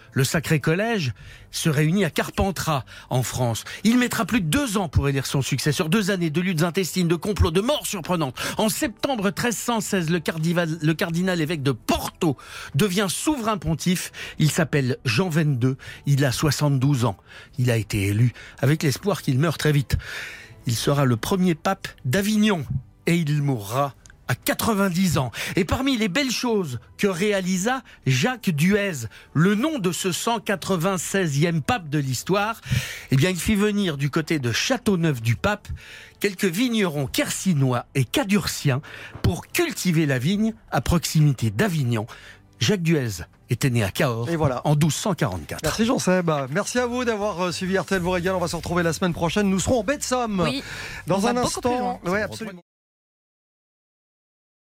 D: le Sacré Collège, se réunit à Carpentras, en France. Il mettra plus de deux ans pour élire son successeur. Deux années de luttes intestines, de complots, de morts surprenantes. En septembre treize cent seize, le cardinal, le cardinal évêque de Porto devient souverain pontife. Il s'appelle Jean vingt-deux. Il a soixante-douze ans. Il a été élu avec l'espoir qu'il meure très vite. Il sera le premier pape d'Avignon et il mourra à quatre-vingt-dix ans. Et parmi les belles choses que réalisa Jacques Duez, le nom de ce cent quatre-vingt-seizième pape de l'histoire, eh bien, il fit venir du côté de Châteauneuf-du-Pape quelques vignerons quercinois et cadurciens pour cultiver la vigne à proximité d'Avignon. Jacques Duez était né à Cahors,
C: et voilà,
D: en douze cent quarante-quatre.
C: Merci Jean-Seb. Merci à vous d'avoir suivi R T L vous régale. On va se retrouver la semaine prochaine. Nous serons en baie de Somme.
E: Oui,
C: dans
E: on
C: un
E: va beaucoup plus
C: instant.
E: loin.
C: Ouais, absolument.